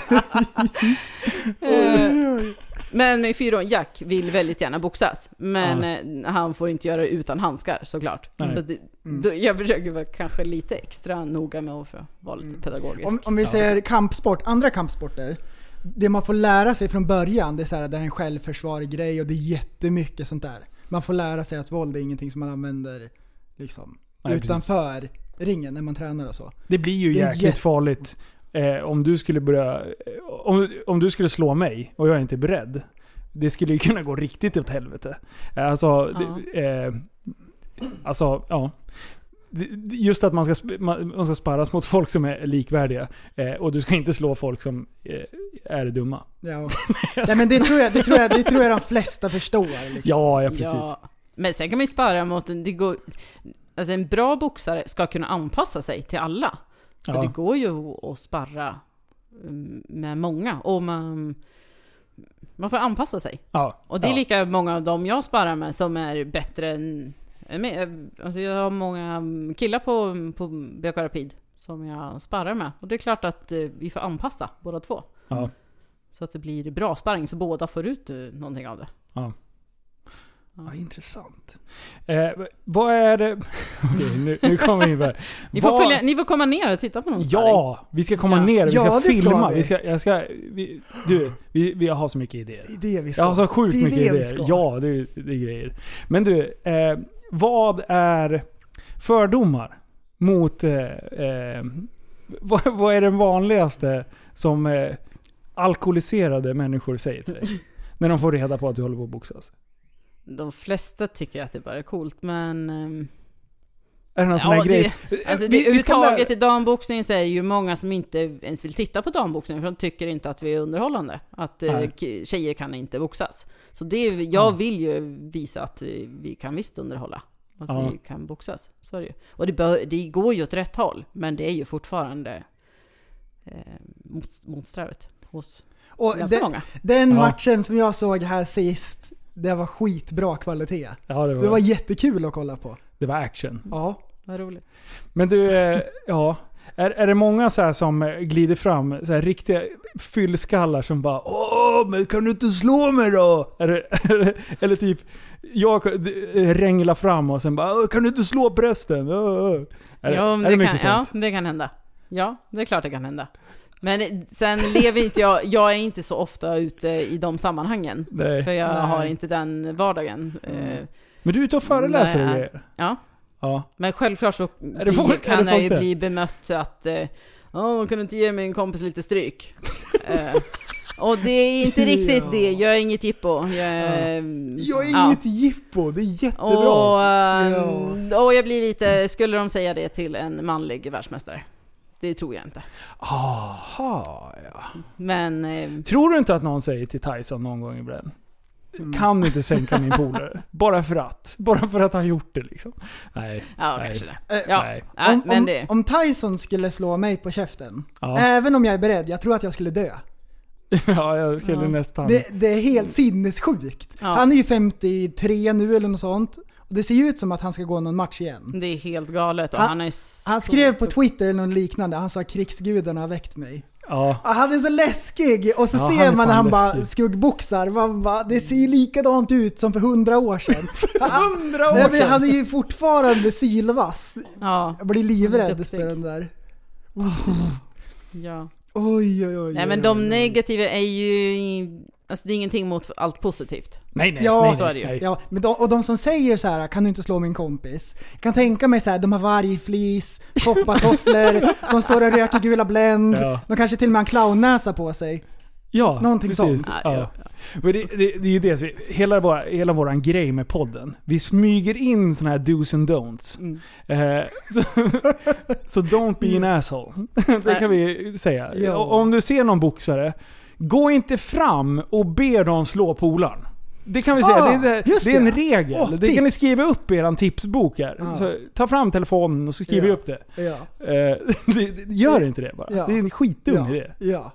Eh, Men min fyra år Jack vill väldigt gärna boxas. Men eh, han får inte göra det utan handskar såklart. Nej. Så att det, då, jag försöker väl kanske lite extra noga med att få vara lite pedagogisk. Om, om vi säger kampsport, andra kampsporter. Det man får lära sig från början, det är så här, det är en självförsvargrej och det är jättemycket sånt där. Man får lära sig att våld är ingenting som man använder liksom, Nej, utanför ringen när man tränar och så. Det blir ju Det är jäkligt jätte- farligt eh, om du skulle börja... Om, om du skulle slå mig och jag är inte beredd. Det skulle ju kunna gå riktigt åt helvete. Eh, Alltså... Det, eh, alltså, ja. Det- Just att man ska, sp- man man ska sparras mot folk som är likvärdiga. Eh, och du ska inte slå folk som eh, är dumma. Ja. Nej, men det tror jag, det tror jag, det tror jag de flesta förstår. Liksom. Ja, ja precis. Ja. Men sen kan man ju spara mot det går, alltså en bra boxare ska kunna anpassa sig till alla. Så Ja. det går ju att sparra mm, med många och man, man får anpassa sig. Ja, Och det är ja. lika många av dem jag sparar med som är bättre än... med- Alltså jag har många killar på, på B K Rapid som jag sparar med. Och det är klart att eh, vi får anpassa båda två. Ja. Så att det blir bra sparring så båda får ut eh, någonting av det. Ja. Ja, intressant. Eh, vad är det... Okej, nu, nu kommer vi in här. Ni får, Vad- följa, ni får komma ner och titta på någon sparring. Ja, vi ska komma Ja. ner, vi ska Ja, det ska filma. vi. Vi ska, jag ska, vi, du, vi, vi har så mycket idéer. Det är det vi ska. Jag har så sjukt Det är mycket det vi idéer. ska. Ja, det, är- det är grejer. Men du, eh, vad är fördomar mot... Eh, eh, vad, vad är den vanligaste som eh, alkoholiserade människor säger till dig? När de får reda på att du håller på att boxas. De flesta tycker att det bara är coolt, men... ehm, Är det någon sån Ja, här grej? det, alltså Vi- det, vi ska överhuvudtaget lära- i damboxning så är det ju många som inte ens vill titta på damboxning för de tycker inte att vi är underhållande. Att eh, Nej. k- tjejer kan inte boxas. Så det, är- jag Ja. vill ju visa att vi, vi kan visst underhålla. Att Ja. vi kan boxas. Så är det ju. Och det, bör, det går ju åt rätt håll, men det är ju fortfarande eh, mot, motsträvet hos Och ganska det, många. den Ja. matchen som jag såg här sist, det var skitbra kvalitet. Ja, det var, Det var jättekul att kolla på. det var action. Ja. Vad roligt. Men du, eh, ja. Är, är det många så här som eh, glider fram, så här riktiga fyllskallar som bara åh, men kan du inte slå mig då? Eller, eller, eller typ, jag eh, ränglar fram och sen bara åh, kan du inte slå prästen? Åh, åh. Är, Ja, är det, det mycket kan, ja, sånt? det kan hända. Ja, det är klart det kan hända. Men sen lever inte jag, jag är inte så ofta ute i de sammanhangen. Nej. För jag Nej. har inte den vardagen. Eh, Men du är ute och föreläser och Nej. grejer. Ja, Ja. men självklart så det blir, folk- är kan det jag folk ju det? bli bemött att eh, ja, man kan inte ge min kompis lite stryk. eh, och det är inte riktigt Ja. det. Jag är inget jippo. Jag, är- Jag är ja. inget jippo, det är jättebra. Och, ehm, och jag blir lite, skulle de säga det till en manlig världsmästare? Det tror jag inte. Aha, ja. Men eh, Tror du inte att någon säger till Tyson någon gång ibland? kan inte sänka min polare. Bara för att. Bara för att han gjort det liksom. Nej. Ja, nej. kanske det. Eh, Ja. Nej. Nej, om, men om, det... om Tyson skulle slå mig på käften, Ja. även om jag är beredd, jag tror att jag skulle dö. Ja, jag skulle Ja. nästan... Det, det är helt sinnessjukt. Ja. Han är ju femtiotre nu eller något sånt. Och det ser ju ut som att han ska gå någon match igen. Det är helt galet och Han- han är Han så... skrev på Twitter eller något liknande, han sa krigsgudarna har väckt mig. Ja. Ah, han är så läskig! Och så Ja, han ser är man när fan han bara läskig. skuggboxar, man bara, det ser ju likadant ut som för hundra år sedan. Hundra år Nej, men sedan! han är ju fortfarande sylvass. Ja, Jag blir livrädd Duktig. för den där. ja. Oj, oj, oj. Nej men oj, de oj. negativa är ju... Alltså det är ingenting mot allt positivt. Nej, nej, Ja, nej, så är det ju. nej. Ja, men de, och de som säger så här, kan du inte slå min kompis? Jag kan tänka mig så här, de har vargflis, koppatofflor, de står och röker gula Blend, Ja. de kanske till och med har en clownnäsa på sig. Ja, Någonting precis. sånt. Ja, Ja. ja, ja. Men det, det, det är ju det, vi, hela, vår, hela våran grej med podden. Vi smyger in såna här do's and don'ts. Mm. Eh, så, så don't be an asshole. Det kan vi säga. Ja. Och om du ser någon boxare, gå inte fram och be dem slå polaren. Det kan vi säga, Ah, det, är, just det är en det. regel. Åh, det kan ni tips. skriva upp i er tipsbok här. Ja. Så, ta fram telefonen och så skriver vi Ja. upp det. Ja. Eh, det, det. Gör inte det bara. Ja. Det är en skitdum Ja. idé. Ja.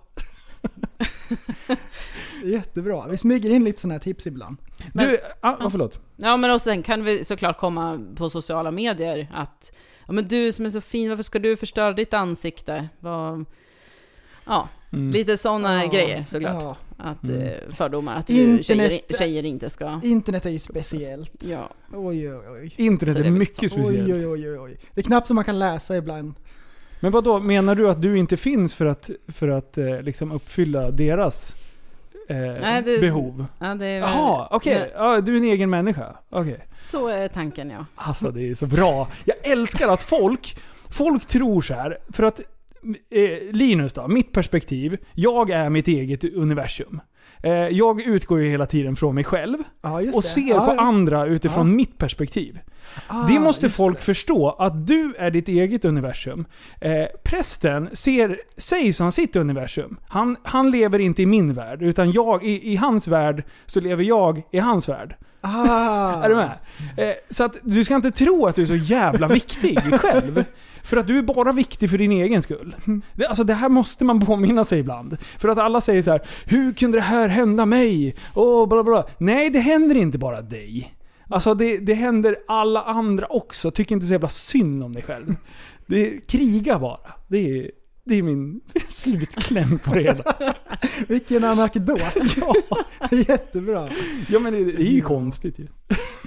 Jättebra. Vi smyger in lite sådana här tips ibland. Men- Du, ah, ja. förlåt. Ja men och sen kan vi såklart komma på sociala medier att ja men du som är så fin, varför ska du förstöra ditt ansikte? Vad... Ja, Mm. lite sådana Ja. grejer såklart. Ja. Att Mm. eh, fördomar, att Internet- du, tjejer, tjejer inte ska... Internet är ju speciellt. Ja. Oj, oj, oj. Internet Så det är är väl mycket så. speciellt. Oj, oj, oj, oj, oj. Det är knappt som man kan läsa ibland. Men vad då menar du att du inte finns för att, för att eh, liksom uppfylla deras eh, Nej, det- behov? Ja, det är väl- Jaha, okej. Ja, du är en egen människa. Okej. Så är tanken, ja. Alltså det är så bra. Jag älskar att folk, folk tror så här, för att eh, Linus då, mitt perspektiv, jag är mitt eget universum. Eh, jag utgår ju hela tiden från mig själv Ja, just och det. ser Ja, på andra utifrån Ja. mitt perspektiv. ah, Det måste just folk det. förstå, att du är ditt eget universum. Eh, prästen ser sig som sitt universum. Han, han lever inte i min värld, utan jag, i, i hans värld så lever jag i hans värld. Ah. Är du med? Eh, så att du ska inte tro att du är så jävla viktig själv. För att du är bara viktig för din egen skull. Det, alltså det här måste man påminna sig ibland. För att alla säger så här: hur kunde det här hända mig? Och bla bla. Nej, det händer inte bara dig. Alltså det, det händer alla andra också. Tyck inte så jävla synd om dig själv. Det är, kriga bara. Det är, det är min slutkläm på det hela. Vilken anekdot. Ja, Jättebra. ja men det, det är ju konstigt ju.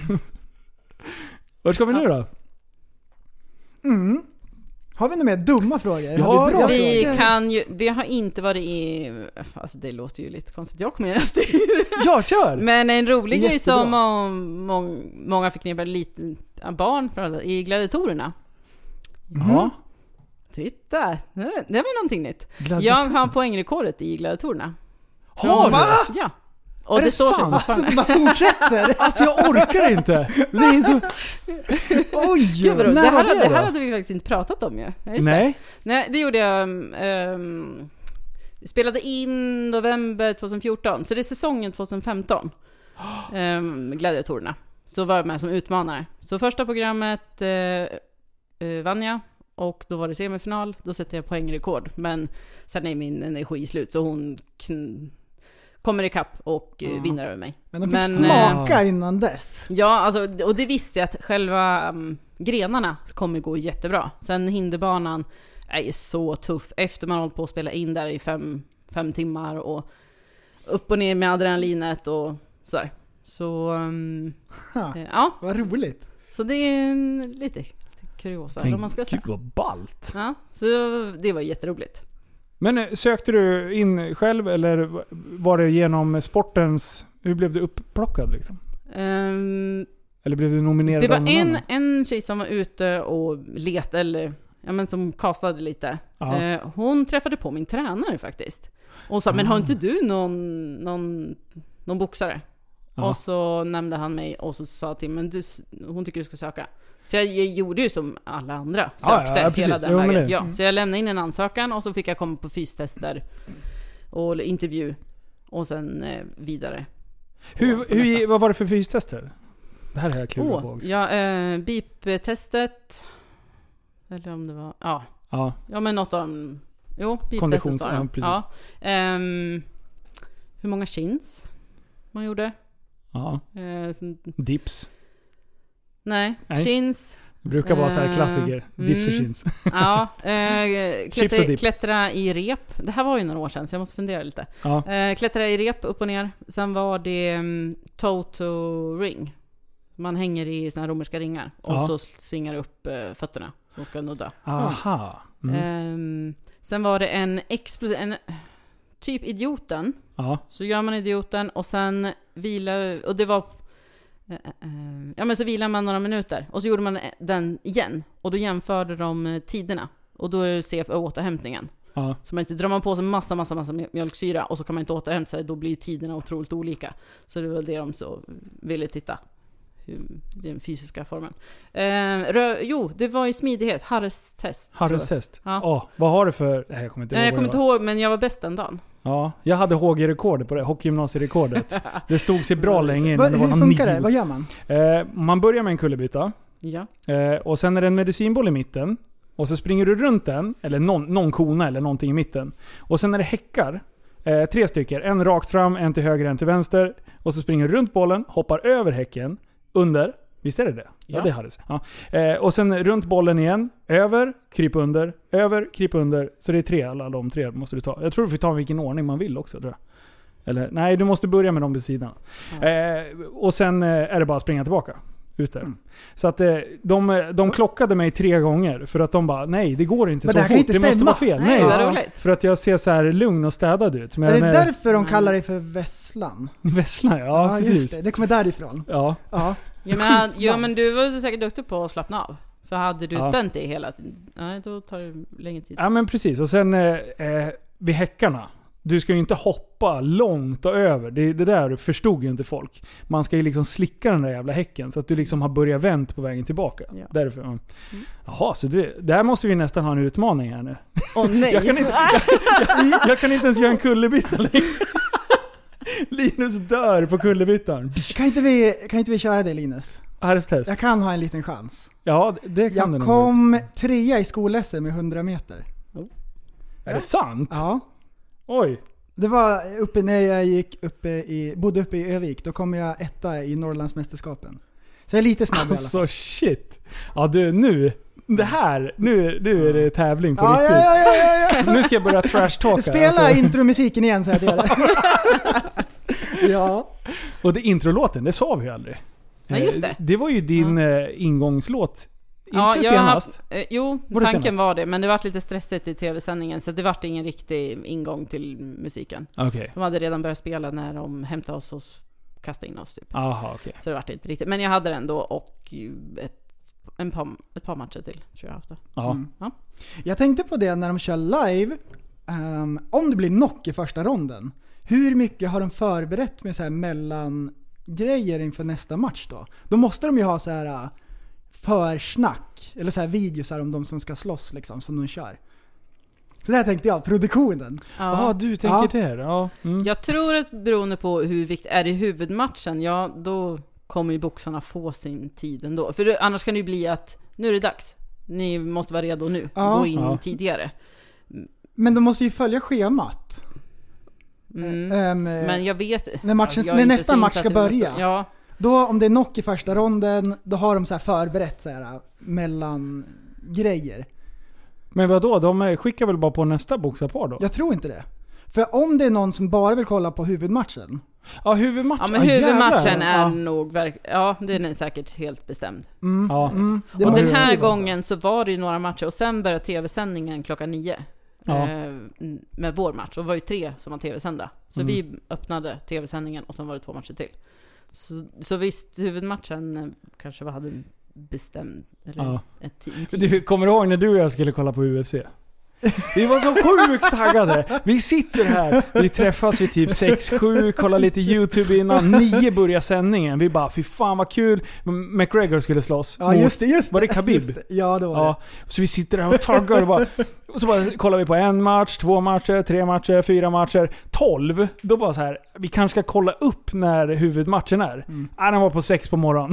Var ska vi nu då? Mm. Har vi några mer dumma frågor? Ja, har vi bra Vi frågor? kan ju, det har inte varit i, alltså det låter ju lite konstigt, jag kommer gärna styra. Ja, kör! Men en rolig grej Jättebra. som må, må, många förknippar lite barn för, i gladiatorerna. Ja. Titta, det det var någonting nytt. Gladiator. Jag har poängrekordet i gladiatorerna. Har du? Ja. Och Är det, det står sig sant? Alltså fortfarande. det bara fortsätter. Alltså jag orkar inte. Det är så... Oj, Gud vad roligt. när Det var här, det då? här hade vi faktiskt inte pratat om ju. Ja, just det. Nej. Nej, det gjorde jag... Um, vi spelade in november tjugohundrafjorton, så det är säsongen tjugohundrafemton. Um, gladiatorerna. Så var jag med som utmanare. Så första programmet uh, uh, vann jag. Och då var det semifinal. Då sätter jag poängrekord. Men sen är min energi slut, så hon kn- kommer ikapp och uh, Ja. vinner över mig. Men de fick Men, smaka innan dess. Ja, alltså, och det visste jag att själva um, grenarna kommer gå jättebra. Sen hinderbanan är så tuff. Efter man hållit på att spela in där i fem, fem timmar och upp och ner med adrenalinet och sådär. Så, um, Ha, eh, ja. vad roligt. Så det är en, lite kuriosa, om man ska säga. Gud vad ballt. Ja, så det var jätteroligt. Men eh, sökte du in själv eller var det genom sportens... Hur blev du upplockad liksom? Um, Eller blev du nominerad det var av någon en, annan? en tjej som var ute och letade, eller ja, men som castade lite. Ja. Eh, hon träffade på min tränare faktiskt. Och sa, men har inte du någon, någon, någon boxare? Ja. Och så nämnde han mig och så sa till, men du, hon tycker du ska söka. Så jag, jag gjorde ju som alla andra. Sökte Ja, ja, ja, precis. hela den Jo, men vägen. det- Ja, så jag lämnade in en ansökan och så fick jag komma på fystester och intervju. Och sen eh, vidare. Hur, hur, vad var det för fystester? Det här är jag klurat oh, på också. Ja, eh, beep-testet. Eller om det var... Ja, Ja, ja men något av dem... Jo, beep-testet konditions... var Ja, det. precis. Ja. Ehm, hur många chins man gjorde? Ja. Eh, sen, Dips. nej, Nej. chins. Det brukar vara så här Eh, klassiker. Dips och mm. chins. Ja, eh, Chips klättra, och dip. klättra i rep. Det här var ju några år sedan så jag måste fundera lite. Ja. Eh, klättra i rep upp och ner. Sen var det um, toe to ring. Man hänger i såna här romerska ringar och Ja. så svingar upp uh, fötterna som ska nudda. Aha. Mm. Ehm, sen var det en explosiv, en typ idioten. Ja. Så gör man idioten och sen vila, och det var eh, eh, ja men så vilar man några minuter och så gjorde man den igen och då jämförde de eh, tiderna och då är det C F återhämtningen. Ja. Så man inte drar man på sig massa massa massa mjölksyra och så kan man inte återhämta sig, då blir tiderna otroligt olika. Så det var det de så ville titta. Den fysiska formen. Eh, rö- jo, det var ju smidighet. Harris test. Harris test. Ja. Oh, vad har du för... Nej, jag kommer inte ihåg. Nej, jag vad kommer det inte var. ihåg, men jag var bäst den dagen. Ja, jag hade H G-rekordet på det. Hockeygymnasierekordet. Det stod sig bra länge innan Va, det var hur någon funkar nio. det? Vad gör man? Eh, man börjar med en kullerbytta. Ja. Eh, och sen är det en medicinboll i mitten. Och så springer du runt den. Eller någon, någon kona eller någonting i mitten. Och sen är det häckar. Eh, tre stycken. En rakt fram, en till höger, en till vänster. Och så springer du runt bollen, hoppar över häcken. Under. Visst är det det? Ja, Ja. det hade ja. eh, Och sen runt bollen igen. Över, kryp under. Över, kryp under. Så det är tre, alla de tre måste du ta. Jag tror du får ta vilken ordning man vill också, tror jag. Eller, nej, du måste börja med dem vid sidan. Ja. Eh, och sen eh, är det bara att springa tillbaka. Ut där. Mm. Så att eh, de, de klockade mig tre gånger. För att de bara, nej det går inte Men så det här kan fort. inte Det måste stämma. vara fel. Nej, Nej, vad Ja. roligt. för att jag ser så här lugn och städad ut. Men Är det eh, därför de Mm. kallar dig för Vesslan? Vesslan, ja, just precis. det. Det kommer därifrån. Ja. Ja. Ja men, Skitsnabb. ja, men du var säkert duktig på att slappna av. För hade du Ja. spänt dig hela tiden, nej då tar det längre tid. Ja men precis. Och sen eh, eh, vid häckarna. Du ska ju inte hoppa långt och över. Det, det där förstod ju inte folk. Man ska ju liksom slicka den där jävla häcken. Så att du liksom har börjat vänt på vägen tillbaka. Ja. Därför. Ja. Jaha, så det, där måste vi nästan ha en utmaning här nu. Åh nej! Jag kan inte, jag, jag, jag kan inte ens göra en kullerbytta längre. Linus dör på kullerbyttan. Kan inte vi, kan inte vi köra det, Linus? Harris test. Jag kan ha en liten chans. Ja, det kan du Jag nog. kom trea i skol-S M med hundra meter. Är det sant? Ja. Oj. Det var uppe när jag gick uppe i, bodde uppe i Övik. Då kom jag etta i Norrlandsmästerskapen. Så jag är lite snabb i alla fall. Alltså shit. Ja du, nu. Det här. Nu, nu är det tävling på Ja, riktigt. ja, ja, ja, ja. Nu ska jag börja trash-talka. Spela alltså. intromusiken igen så här till er. Ja. Och det introlåten, det sa vi ju aldrig. Nej, just det. Eh, Det var ju din eh, ingångslåt. Inte Ja, jag har senast. haft, eh, jo, Var det tanken senast? var det. Men det var lite stressigt i tv-sändningen. Så det var ingen riktig ingång till musiken. Okej. De hade redan börjat spela när de hämtade oss och kastade in oss typ. Aha, okej. Så det var inte riktigt. Men jag hade den då och ju ett, en par, ett par matcher till tror jag haft det. Ja. Mm. Ja. Jag tänkte på det när de kör live. Um, om det blir knock i första ronden. Hur mycket har de förberett med så här mellan grejer inför nästa match då? Då måste de ju ha så här uh, försnack. Eller så här videos här om de som ska slåss liksom, som de kör. Så där tänkte jag, produktionen. Ja, Ja. du tänker Ja. det. Ja. Mm. Jag tror att beroende på hur viktigt är det i huvudmatchen, ja då kommer ju boxarna få sin tid ändå. För det, annars kan det ju bli att nu är det dags. Ni måste vara redo nu. Ja. Gå in Ja. tidigare. Men de måste ju följa schemat. Mm. Ehm, Men jag vet... när matchen- jag är när inte nästa så match insatt ska i nästa- börja. Ja. Då om det är knock i första ronden, då har de så här förberett så här mellan grejer. Men vadå? De skickar väl bara på nästa boxarpar då? Jag tror inte det. För om det är någon som bara vill kolla på huvudmatchen. Ja, huvudmatchen. ja, men Ah, huvudmatchen jävlar. är Ja. nog... Verk- ja, den är säkert helt bestämd. Mm, Ja. mm, det Och måste den ju här vara så. gången så var det ju några matcher och sen började tv-sändningen klockan nio. Ja. Eh, med vår match. Och det var ju tre som var tv-sända. Så Mm. vi öppnade tv-sändningen och sen var det två matcher till. Så, så visst, huvudmatchen eh, kanske var hade en bestämd eller Ja. ett, ti- en tid. Du kommer ihåg när du och jag skulle kolla på U F C? Vi var så sjukt taggade. Vi sitter här, vi träffas vid typ sex sju, kollar lite YouTube innan. nio börjar sändningen. Vi bara, fy fan vad kul. McGregor skulle slåss. Ja, mot- just det, just det. Var det Khabib? Just det. Ja, det var Ja, så vi sitter där och taggar och bara, och så bara kollar vi på en match, två matcher, tre matcher, fyra matcher. tolv, då bara så här, vi kanske ska kolla upp när huvudmatchen är. Mm. Ah, den var på sex på morgonen.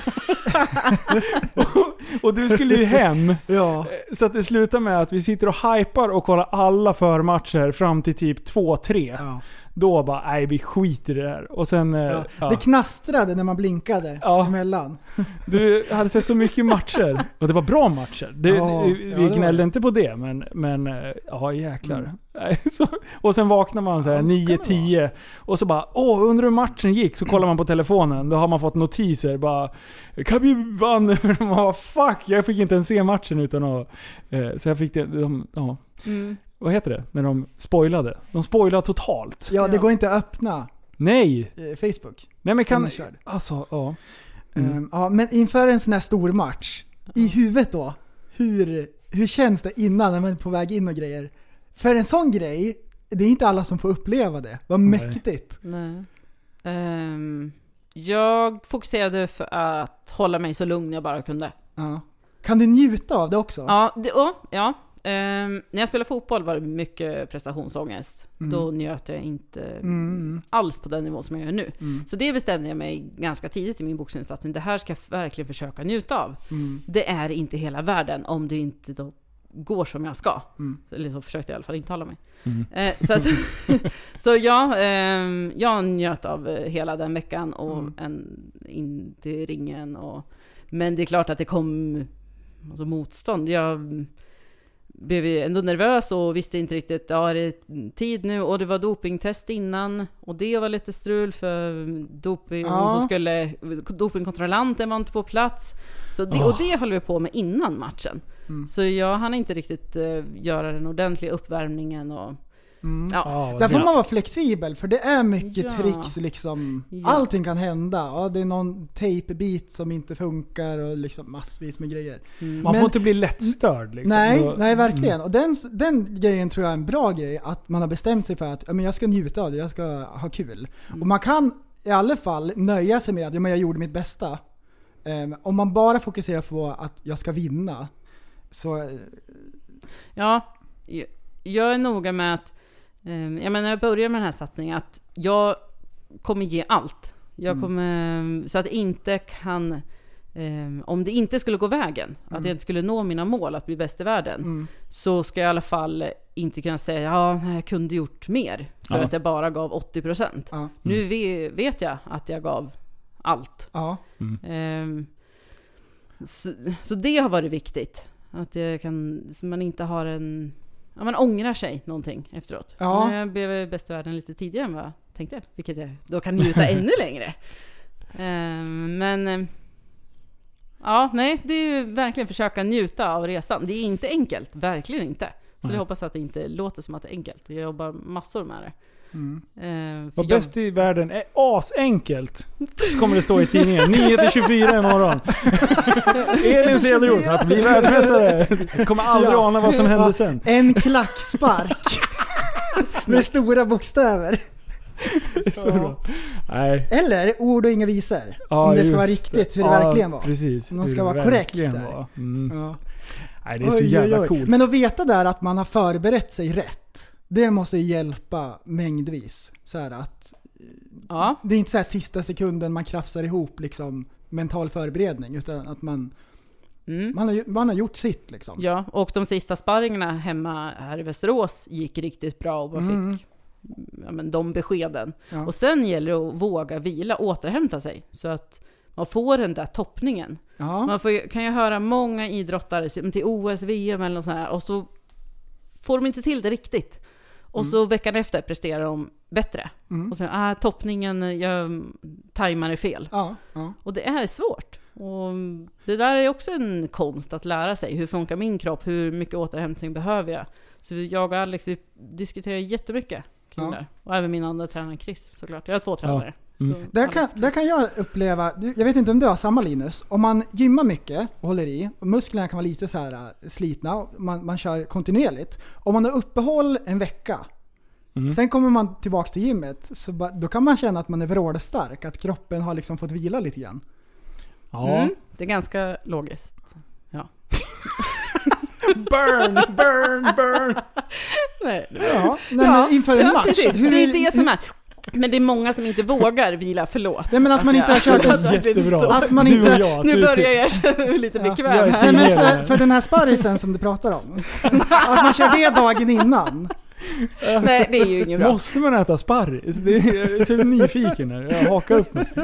och, och du skulle ju hem. Ja. Så att det slutar med att vi sitter och hypar och kollar alla förmatcher fram till typ två tre. Ja. Då bara, nej vi skiter i det här. Och sen, ja. Ja. Det knastrade när man blinkade ja. emellan. Du hade sett så mycket matcher. Och det var bra matcher. Det, ja. Vi ja, gnällde inte på det, men, men ja jäklar. Mm. så, och sen vaknar man så här ja, nio tio. Och så bara, åh undrar hur matchen gick. Så kollar man på telefonen. Då har man fått notiser. Bara, Khabib vann. Man bara, fuck, jag fick inte ens se matchen utan att... Eh, så jag fick det... De, ja. Mm. Vad heter det? När de spoilade. De spoilade totalt. Ja, det går inte att öppna. Nej. Facebook. Nej, men kan... Alltså, ja. Mm. Um, ja. Men inför en sån här stor match, i huvudet då, hur, hur känns det innan när man är på väg in och grejer? För en sån grej, det är inte alla som får uppleva det. Vad Nej. mäktigt. Nej. Um, jag fokuserade för att hålla mig så lugn jag bara kunde. Ja. Kan du njuta av det också? Ja, det, oh, ja. Um, när jag spelade fotboll var det mycket prestationsångest. Mm. Då njöt jag inte mm. alls på den nivå som jag gör nu. Mm. Så det bestämde jag mig ganska tidigt i min boxningssatsning. Det här ska jag verkligen försöka njuta av. Mm. Det är inte hela världen om det inte då går som jag ska. Mm. Eller så försökte jag i alla fall intala mig. Mm. Uh, så att, så ja, um, jag njöt av hela den veckan och mm. en, in till ringen. Och, men det är klart att det kom alltså, motstånd. Jag blev ändå nervös och visste inte riktigt, ja är det tid nu? Och det var dopingtest innan och det var lite strul för doping ja. och så skulle dopingkontrollanten var inte på plats. Så det, oh. och det höll vi på med innan matchen. Mm. Så jag hann inte riktigt uh, göra den ordentliga uppvärmningen och Mm. Ja. Oh, där får man vara flexibel för det är mycket ja. tricks liksom. Ja. Allting kan hända. Ja, det är någon tejpbit som inte funkar och liksom massvis med grejer. Mm. Man Men, får inte bli lättstörd liksom. Nej, Då, nej verkligen. Mm. Och den, den grejen tror jag är en bra grej att man har bestämt sig för att ja, men jag ska njuta av det, jag ska ha kul. Mm. Och man kan i alla fall nöja sig med att ja, men jag gjorde mitt bästa. Um, om man bara fokuserar på att jag ska vinna så ja, jag är noga med att jag menar, när jag börjar med den här satsningen att jag kommer ge allt. Jag kommer, mm. så att det inte kan um, om det inte skulle gå vägen mm. att jag inte skulle nå mina mål att bli bäst i världen mm. så ska jag i alla fall inte kunna säga ja, jag kunde gjort mer för ja. att jag bara gav åttio procent. Ja. Mm. Nu vet jag att jag gav allt. Ja. Mm. Um, så, så det har varit viktigt att jag kan, så man inte har en ja, man ångrar sig någonting efteråt. Ja. Jag blev bäst i världen lite tidigare än vad jag tänkte. Vilket jag då kan njuta ännu längre. Um, men um, ja, nej, det är ju verkligen försöka njuta av resan. Det är inte enkelt, verkligen inte. Så jag hoppas att det inte låter som att det är enkelt. Jag jobbar massor med det. Mm. Uh, Vad jag... bäst i världen är asenkelt. Så kommer det stå i tidningen nio till tjugofyra imorgon. Elin Cederroth att bli världsmästare. Kommer aldrig ja. ana vad som hände sen. En klackspark med stora bokstäver. Så bra. Nej. Eller ord och inga visor. Ja, om det ska vara riktigt hur det ja, verkligen var. Precis. Om de ska vara korrekt där. Mm. Ja. Nej, det är så oj, jävla oj, oj. coolt. Men att veta där att man har förberett sig rätt. Det måste hjälpa mängdvis. Så här att ja. det är inte så här sista sekunden man krafsar ihop liksom mental förberedning utan att man mm. man, har, man har gjort sitt liksom. Ja, och de sista sparringarna hemma här i Västerås gick riktigt bra och man mm. fick ja, men de beskeden. Ja. Och sen gäller det att våga vila, återhämta sig så att man får den där toppningen. Ja. Man får, kan ju höra många idrottare till O S, V M eller något sånt här och så får de inte till det riktigt. Och mm. så veckan efter presterar de bättre. Mm. Och så ah, toppningen, jag tajmar det fel. Ja, ja. Och det är svårt. Och det där är också en konst att lära sig. Hur funkar min kropp? Hur mycket återhämtning behöver jag? Så jag och Alex, vi diskuterar jättemycket kring ja. det. Och även min andra tränare Chris, såklart. Jag har två tränare. Ja. Mm. Där, kan, där kan jag uppleva, jag vet inte om du har samma Linus, om man gymmar mycket och håller i, och musklerna kan vara lite så här slitna, man, man kör kontinuerligt. Om man har uppehåll en vecka, mm. sen kommer man tillbaka till gymmet, så ba, då kan man känna att man är vrålstark, att kroppen har liksom fått vila lite grann. Ja. Mm, det är ganska logiskt. Ja. Burn, burn, burn. Nej. Ja, nej, men inför en ja, match. Precis. Hur, det är det som är. Men det är många som inte vågar vila, förlåt. Nej, men att man inte har kört en Jättebra. Att man Du inte- och jag, Nu du börjar typ- jag känna mig lite Ja. bekväm Jag är här. Nej, men Tidigare. för, för den här sparrisen som du pratar om. Att man kör det dagen innan. Nej, det är ju inget bra. Måste man äta sparris? Det är, jag är så nyfiken här. Jag hakar upp mig.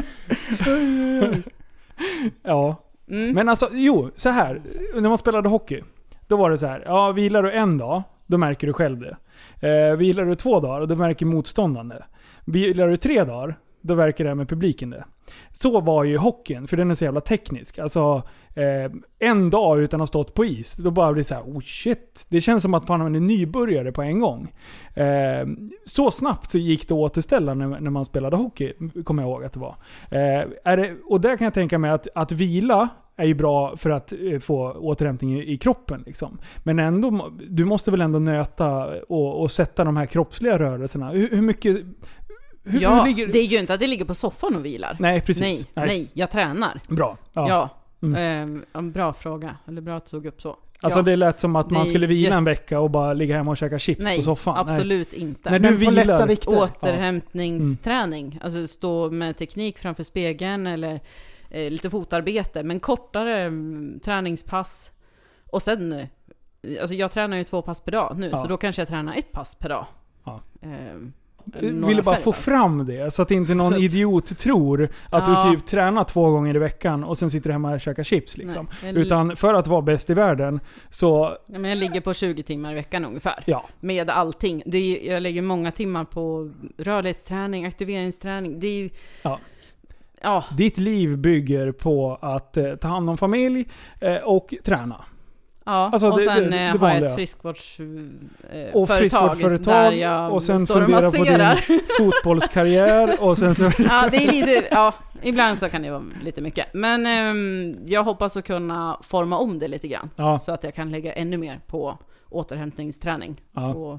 Ja. Mm. Men alltså, jo, så här. När man spelade hockey, då var det så här. Ja, vilar du en dag, då märker du själv det. Eh, vilar du två dagar, då märker motståndaren det. Vilar du tre dagar, då verkar det med publiken det. Så var ju hockeyn, för den är så jävla teknisk. Alltså, eh, en dag utan att ha stått på is, då bara blir det så här, oh shit. Det känns som att man är nybörjare på en gång. Eh, så snabbt gick det att återställa när, när man spelade hockey, kommer jag ihåg att det var. Eh, är det, och där kan jag tänka mig att, att vila är ju bra för att eh, få återhämtning i, i kroppen. Liksom. Men ändå, du måste väl ändå nöta och, och sätta de här kroppsliga rörelserna. Hur, hur mycket... Hur, Ja, hur ligger... det är ju inte att det ligger på soffan och vilar. Nej, precis. Nej, nej, jag tränar. Bra. Ja. Ja, Mm. eh, en bra fråga. Eller bra att du tog upp så. Alltså ja. det lät som att man Det är skulle vila jätte- en vecka och bara ligga hemma och käka chips Nej, på soffan. absolut inte. När du Men på lätta vilar... vikter. Återhämtningsträning. Alltså stå med teknik framför spegeln eller eh, lite fotarbete. Men kortare mm, träningspass. Och sen, eh, alltså jag tränar ju två pass per dag nu. Ja. Så då kanske jag tränar ett pass per dag. Ja. Eh, Jag några ville bara färre få pass. fram det, så att inte någon Så att- idiot tror att Ja. du typ tränar två gånger i veckan och sen sitter du hemma och käkar chips. Liksom. Nej, jag- Utan för att vara bäst i världen så, Ja, men jag ligger på tjugo timmar i veckan ungefär. ja. Med allting. Det är, ju- jag lägger många timmar på rörlighetsträning, aktiveringsträning. Det är ju... Ja. Ja, Ditt liv bygger på att eh, ta hand om familj eh, och träna. ja. Alltså, och det- sen det- eh, det har jag vanliga. ett friskvårdsföretag Och eh, friskvårdsföretag där jag och sen står och fundera på masserar. din fotbollskarriär och sen så... Ja, det är lite, ja, ibland så kan det vara lite mycket. Men ehm, jag hoppas att kunna forma om det lite grann. Ja. Så att jag kan lägga ännu mer på återhämtningsträning. Ja. Och,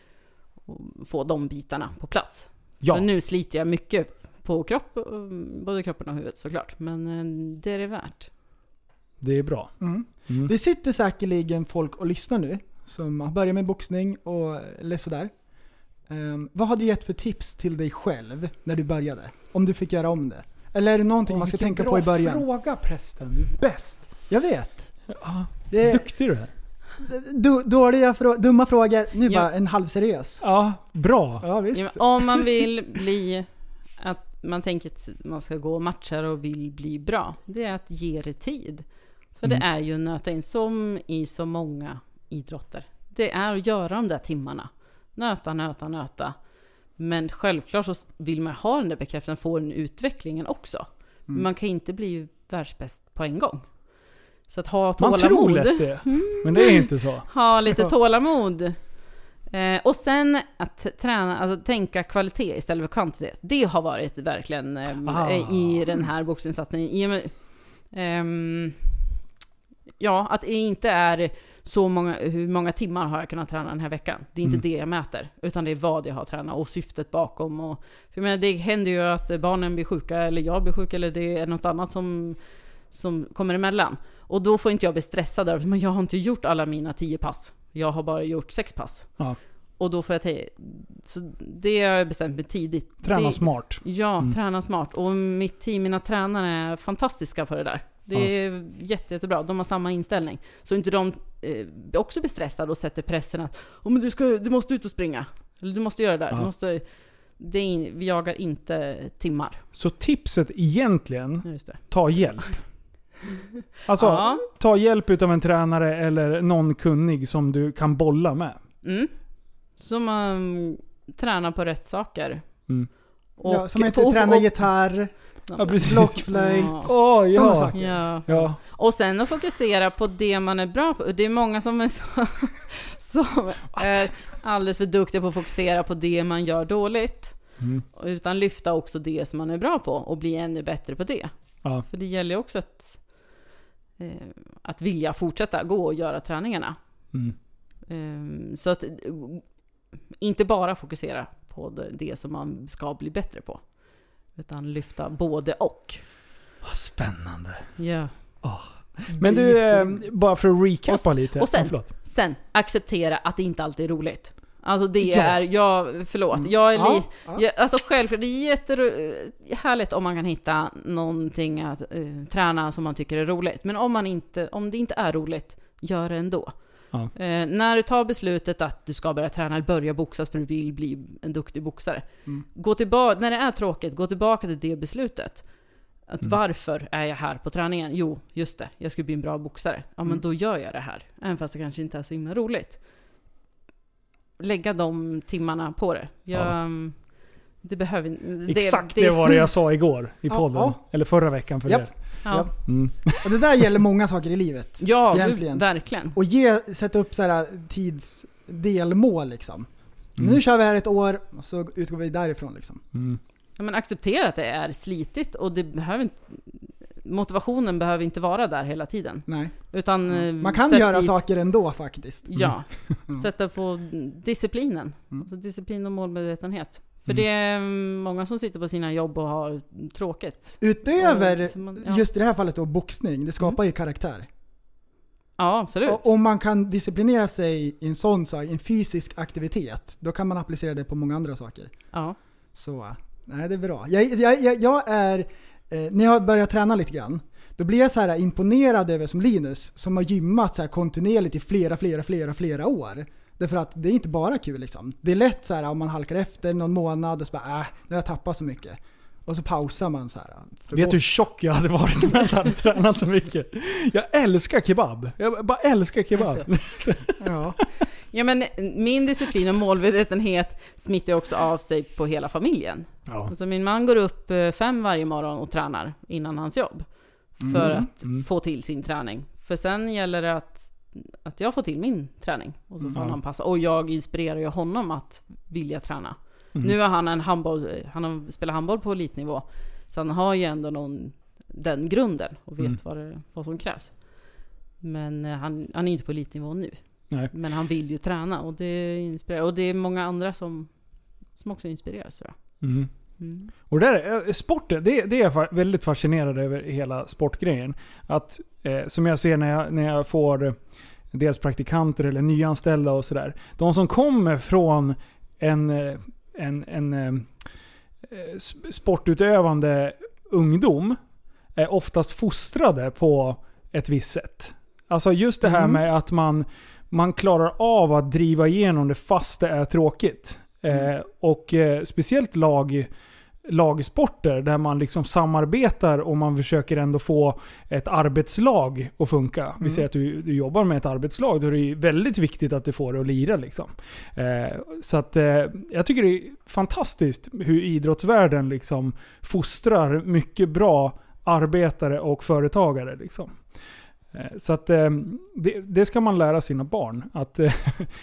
och få de bitarna på plats. Ja. För nu sliter jag mycket på kropp, både kroppen och huvudet såklart. Men eh, det är det värt. Det är bra. Mm. Mm. Det sitter säkerligen folk och lyssnar nu som har börjat med boxning och eller sådär. Um, vad hade du gett för tips till dig själv när du började? Om du fick göra om det? Eller är det någonting man ska tänka på i början? Fråga prästen, du är bäst. Jag vet. Ja, Det är duktig du är. du, dåliga frå- dumma frågor. Nu Ja. bara en halvseriös. Ja, bra. Ja visst. Ja, men om man vill bli, att man tänker att man ska gå matcher och vill bli bra, det är att ge det tid. För Mm. det är ju att nöta in, som i så många idrotter. Det är att göra de där timmarna. Nöta, nöta, nöta. Men självklart så vill man ha den där bekräftelsen, få den utvecklingen också. Men man kan inte bli världsbäst på en gång. Så att ha Man tror tålamod. lätt det, men det är inte så. Ha lite tålamod. Eh, och sen att träna, alltså tänka kvalitet istället för kvantitet. Det har varit verkligen eh, Ah. i den här boxningssatsningen. I och med, ehm, ja, att det inte är så många, hur många timmar har jag kunnat träna den här veckan. Det är inte Mm. det jag mäter, utan det är vad jag har tränat och syftet bakom. Och, för jag menar, det händer ju att barnen blir sjuka, eller jag blir sjuk, eller det är något annat som, som kommer emellan. Och då får inte jag bli stressad över, men jag har inte gjort alla mina tio pass. Jag har bara gjort sex pass. Ja. Och då får jag ta, så det har jag bestämt mig tidigt. Träna det, smart. Ja, Mm. träna smart. Och mitt team, mina tränare är fantastiska på det där. Det är jätte, jättebra. De har samma inställning. Så inte de eh, också blir stressade och sätter pressen att oh, men du, ska, du måste ut och springa. Eller du måste göra det där. Ja. Du måste, det är, vi jagar inte timmar. Så tipset egentligen, Ja, just det. ta hjälp. Alltså, Ja. ta hjälp utav en tränare eller någon kunnig som du kan bolla med. Mm. Så man tränar på rätt saker. Mm. Och, Ja, som inte och- tränar och- gitarr, Ja, precis. blockflöjt. Ja. Åh, Sådana ja. saker. Ja. Ja. Och sen att fokusera på det man är bra på. Det är många som är så, som är alldeles för duktiga på att fokusera på det man gör dåligt. Mm. Utan lyfta också det som man är bra på och bli ännu bättre på det. Ja. För det gäller ju också att, eh, att vilja fortsätta gå och göra träningarna. Mm. Eh, så att eh, inte bara fokusera på det, det som man ska bli bättre på. Utan lyfta både och. Vad spännande. Ja. Men du, eh, bara för att recappa och, lite. Och sen, ja, sen, acceptera att det inte alltid är roligt. Alltså det Ja. är, jag, förlåt, Mm. jag är Ja, li, ja. Jag, alltså självklart, det är jättehärligt om man kan hitta någonting att uh, träna som man tycker är roligt. Men om man inte, om det inte är roligt, gör det ändå. Ja. Eh, när du tar beslutet att du ska börja träna eller börja boxas för du vill bli en duktig boxare. Mm. Gå tillbaka, när det är tråkigt, gå tillbaka till det beslutet. Att Mm. varför är jag här på träningen? Jo, just det, jag ska bli en bra boxare. Ja, men Mm. då gör jag det här. Även fast det kanske inte är så himla roligt. Lägga de timmarna på det. Jag, Ja. Det behöver det, Exakt det, var det jag sa igår i Ja, podden. ja. Eller förra veckan för Japp. er. Ja, Mm. Och det där gäller många saker i livet. ja Egentligen. verkligen. Och ge, sätta upp så här tidsdelmål liksom. Mm. Nu kör vi här ett år och så utgår vi därifrån liksom. Mm. Ja, men acceptera att det är slitigt och det behöver inte, motivationen behöver inte vara där hela tiden. Nej. Utan eh, Man kan sätt göra dit- saker ändå faktiskt. Ja, Mm. sätta på disciplinen. Mm. Alltså disciplin och målmedvetenhet. För Mm. det är många som sitter på sina jobb och har tråkigt. Utöver Och- så man- ja. just i det här fallet då boxning, det skapar ju karaktär. Ja, absolut. Och om man kan disciplinera sig i en sån sak, en fysisk aktivitet, då kan man applicera det på många andra saker. Ja. Så, nej det är bra. Jag, jag, jag, jag är, eh, när jag börjar träna lite grann, då blir jag så här imponerad över som Linus, som har gymmat så här kontinuerligt i flera, flera, flera, flera år. Därför att det är inte bara kul liksom. Det är lätt så här om man halkar efter någon månad och så bara, äh, nu har jag tappat så mycket. Och så pausar man så här. för Vet du hur gott. tjock jag hade varit om jag inte hade tränat så mycket? Jag älskar kebab. Jag bara älskar kebab. Alltså. Ja. Ja, men min disciplin och målmedvetenhet smittar ju också av sig på hela familjen. Ja. Alltså min man går upp eh, fem varje morgon och tränar innan hans jobb. För Mm, att mm. få till sin träning. För sen gäller det att, att jag får till min träning. Och så får Mm. han passa. Och jag inspirerar ju honom att vilja träna. Mm. Nu är han en handboll, han har spelat handboll på elitnivå. Så han har ju ändå någon, den grunden och vet Mm. vad, det, vad som krävs. Men eh, han, han är inte på elitnivå nu. Nej. Men han vill ju träna och det inspirerar. Och det är många andra som, som också inspireras, tror jag. Mm. Mm. Och det där, sporten, det, det är jag fa- väldigt fascinerad över hela sportgrejen. Att, eh, som jag ser när jag, när jag får dels praktikanter eller nyanställda och sådär. De som kommer från en, eh, en, en eh, s- sportutövande ungdom är oftast fostrade på ett visst sätt. Alltså just det här Mm. med att man, man klarar av att driva igenom det fast det är tråkigt. Eh, och eh, speciellt lag, lagsporter där man liksom samarbetar och man försöker ändå få ett arbetslag att funka. Vi Mm. säger att du, du jobbar med ett arbetslag, då är det ju väldigt viktigt att du får det att lira. Liksom. Eh, så att, eh, jag tycker det är fantastiskt hur idrottsvärlden liksom fostrar mycket bra arbetare och företagare. Liksom. Eh, så att, eh, det, det ska man lära sina barn, att eh,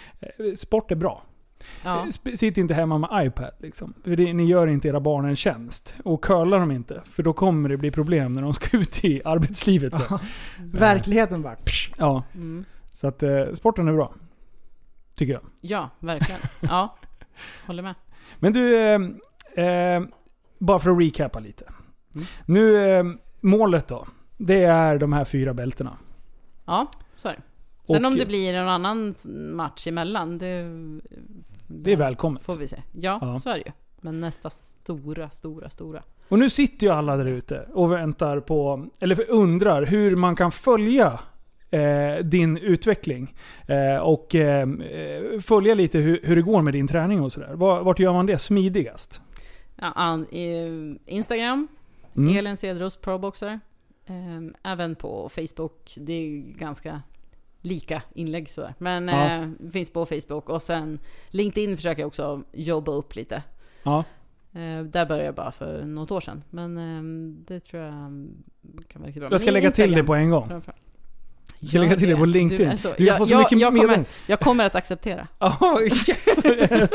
sport är bra. Ja. Sp- Sitt inte hemma med iPad liksom. För det, ni gör inte era barn en tjänst. Och curlar dem inte. För då kommer det bli problem när de ska ut i arbetslivet sen. Verkligheten bara. Psh. Ja, Mm. så att eh, sporten är bra. Tycker jag. Ja, verkligen. Ja, håller med. Men du, eh, eh, bara för att recapa lite. Mm. Nu, eh, målet då. Det är de här fyra bältena. Ja, så är det. Sen Och- om det blir en annan match emellan, det, Det är välkommet. får vi se. Ja, Ja. så är det ju. Men nästa stora, stora, stora. Och nu sitter ju alla där ute och väntar på, eller undrar hur man kan följa eh, din utveckling. Eh, och eh, följa lite hur, hur det går med din träning och sådär. Var, vart gör man det smidigast? Ja, an, eh, Instagram, Mm. Elin Cederos Proboxer. Eh, även på Facebook. Det är ganska lika inlägg så där. Men Ja. eh, finns på Facebook. Och sen LinkedIn försöker jag också jobba upp lite. Ja. Eh, där började jag bara för något år sedan. Men eh, det tror jag kan vara riktigt bra. Jag ska Men lägga till Instagram det på en gång. framför allt. Jag ska Gör lägga till det på Du LinkedIn. är så- Du, jag får så mycket jag, kommer, meddelanden. jag kommer att acceptera. Ja, yes!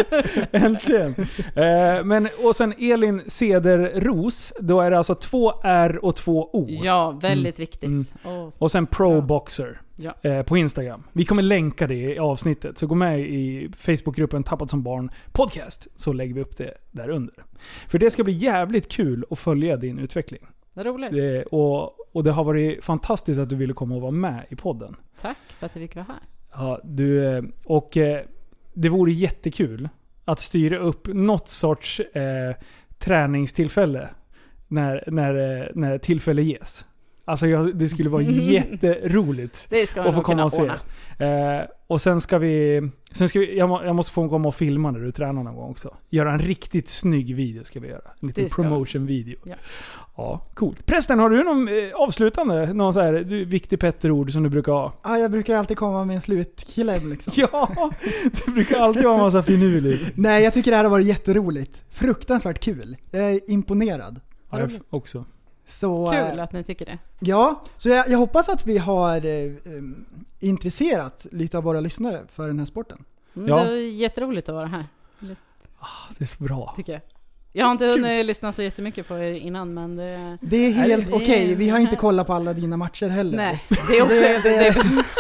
Äntligen. Eh, men, och sen Elin Cederros, då är det alltså två R och två O. Ja, väldigt viktigt. Mm. Åh, Och sen Proboxer ja. eh, på Instagram. Vi kommer länka det i avsnittet. Så gå med i Facebookgruppen Tappat som barn podcast, så lägger vi upp det där under. För det ska bli jävligt kul att följa din utveckling. Vad roligt. Det, och, och det har varit fantastiskt att du ville komma och vara med i podden. Tack för att du fick vara här. Ja, du, och eh, det vore jättekul att styra upp något sorts eh, träningstillfälle när, när, när tillfälle ges. Alltså jag, det skulle vara jätteroligt det ska att få komma och se. Eh, och sen ska vi... Sen ska vi jag, må, jag måste få komma och filma när du tränar någon gång också. Göra en riktigt snygg video ska vi göra. En liten promotion-video. Ja. Ja, coolt. Prästen, har du någon eh, avslutande, någon så här du, viktig petterord som du brukar ha? Ja, jag brukar alltid komma med en slutkläm liksom. Ja, det brukar alltid vara en massa finurligt. Nej, jag tycker det här har varit jätteroligt. Fruktansvärt kul. Jag är imponerad. Ja, jag också. Så, kul att ni tycker det. Ja, så jag, jag hoppas att vi har eh, intresserat lite av våra lyssnare för den här sporten. Mm, ja. Det är jätteroligt att vara här. Ah, det är så bra. Tycker jag. Jag har inte hunnit lyssna så jättemycket på er innan, men det... Det är helt okej. Okay. Vi har inte kollat på alla dina matcher heller. Nej, det är också... det, det,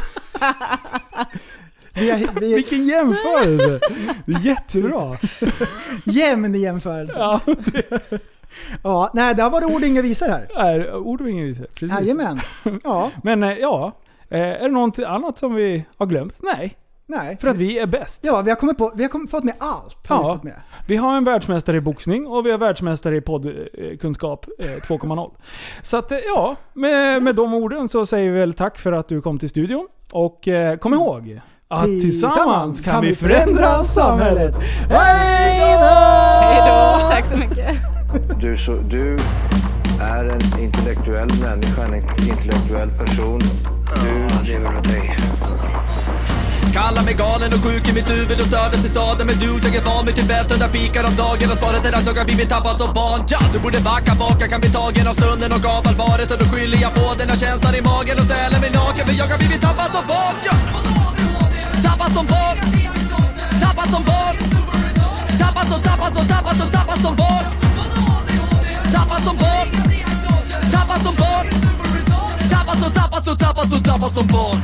vi har, vi... Vilken jämförelse! Det är jättebra. Jämn jämförelse. Ja, det... ja, nej, det har varit ord och inga visor här. Nej, ord och inga visor. Precis. Jajamän. Ja. Men ja, är det något annat som vi har glömt? Nej. Nej. För att vi är bäst. Ja, vi har kommit på, vi har kommit, fått med allt. Har ja, vi, fått med. Vi har en världsmästare i boxning och vi har världsmästare i poddkunskap eh, två komma noll. Så att ja, med, med de orden så säger vi väl tack för att du kom till studion. Och eh, kom ihåg att tillsammans kan vi förändra samhället. Hej då! Hej då! Tack så mycket. Du, så, du är en intellektuell människa, en intellektuell person. Du lever åt dig. Kallar mig galen och sjuk i mitt huvud och stördes i staden. Men du, jag är van vid Tibet under fikar om dagen. Och svaret är att jag har blivit tappad som barn. Ja, du borde backa bak, jag kan bli tagen av stunden och av allvaret. Och då skyller jag på den här känslan i magen och ställer mig naken. För jag har blivit tappad som barn. Ja. Tappad som barn. Tappad som barn. Tappad som, tappad som, tappad som, tappad som barn. Tappad som barn. Tappad som barn. Tappad som, tappad som, tappad som, tappad som barn.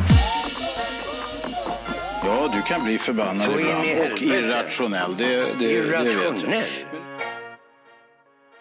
Ja, du kan bli förbannad ibland och irrationell. Det, det, det vet jag.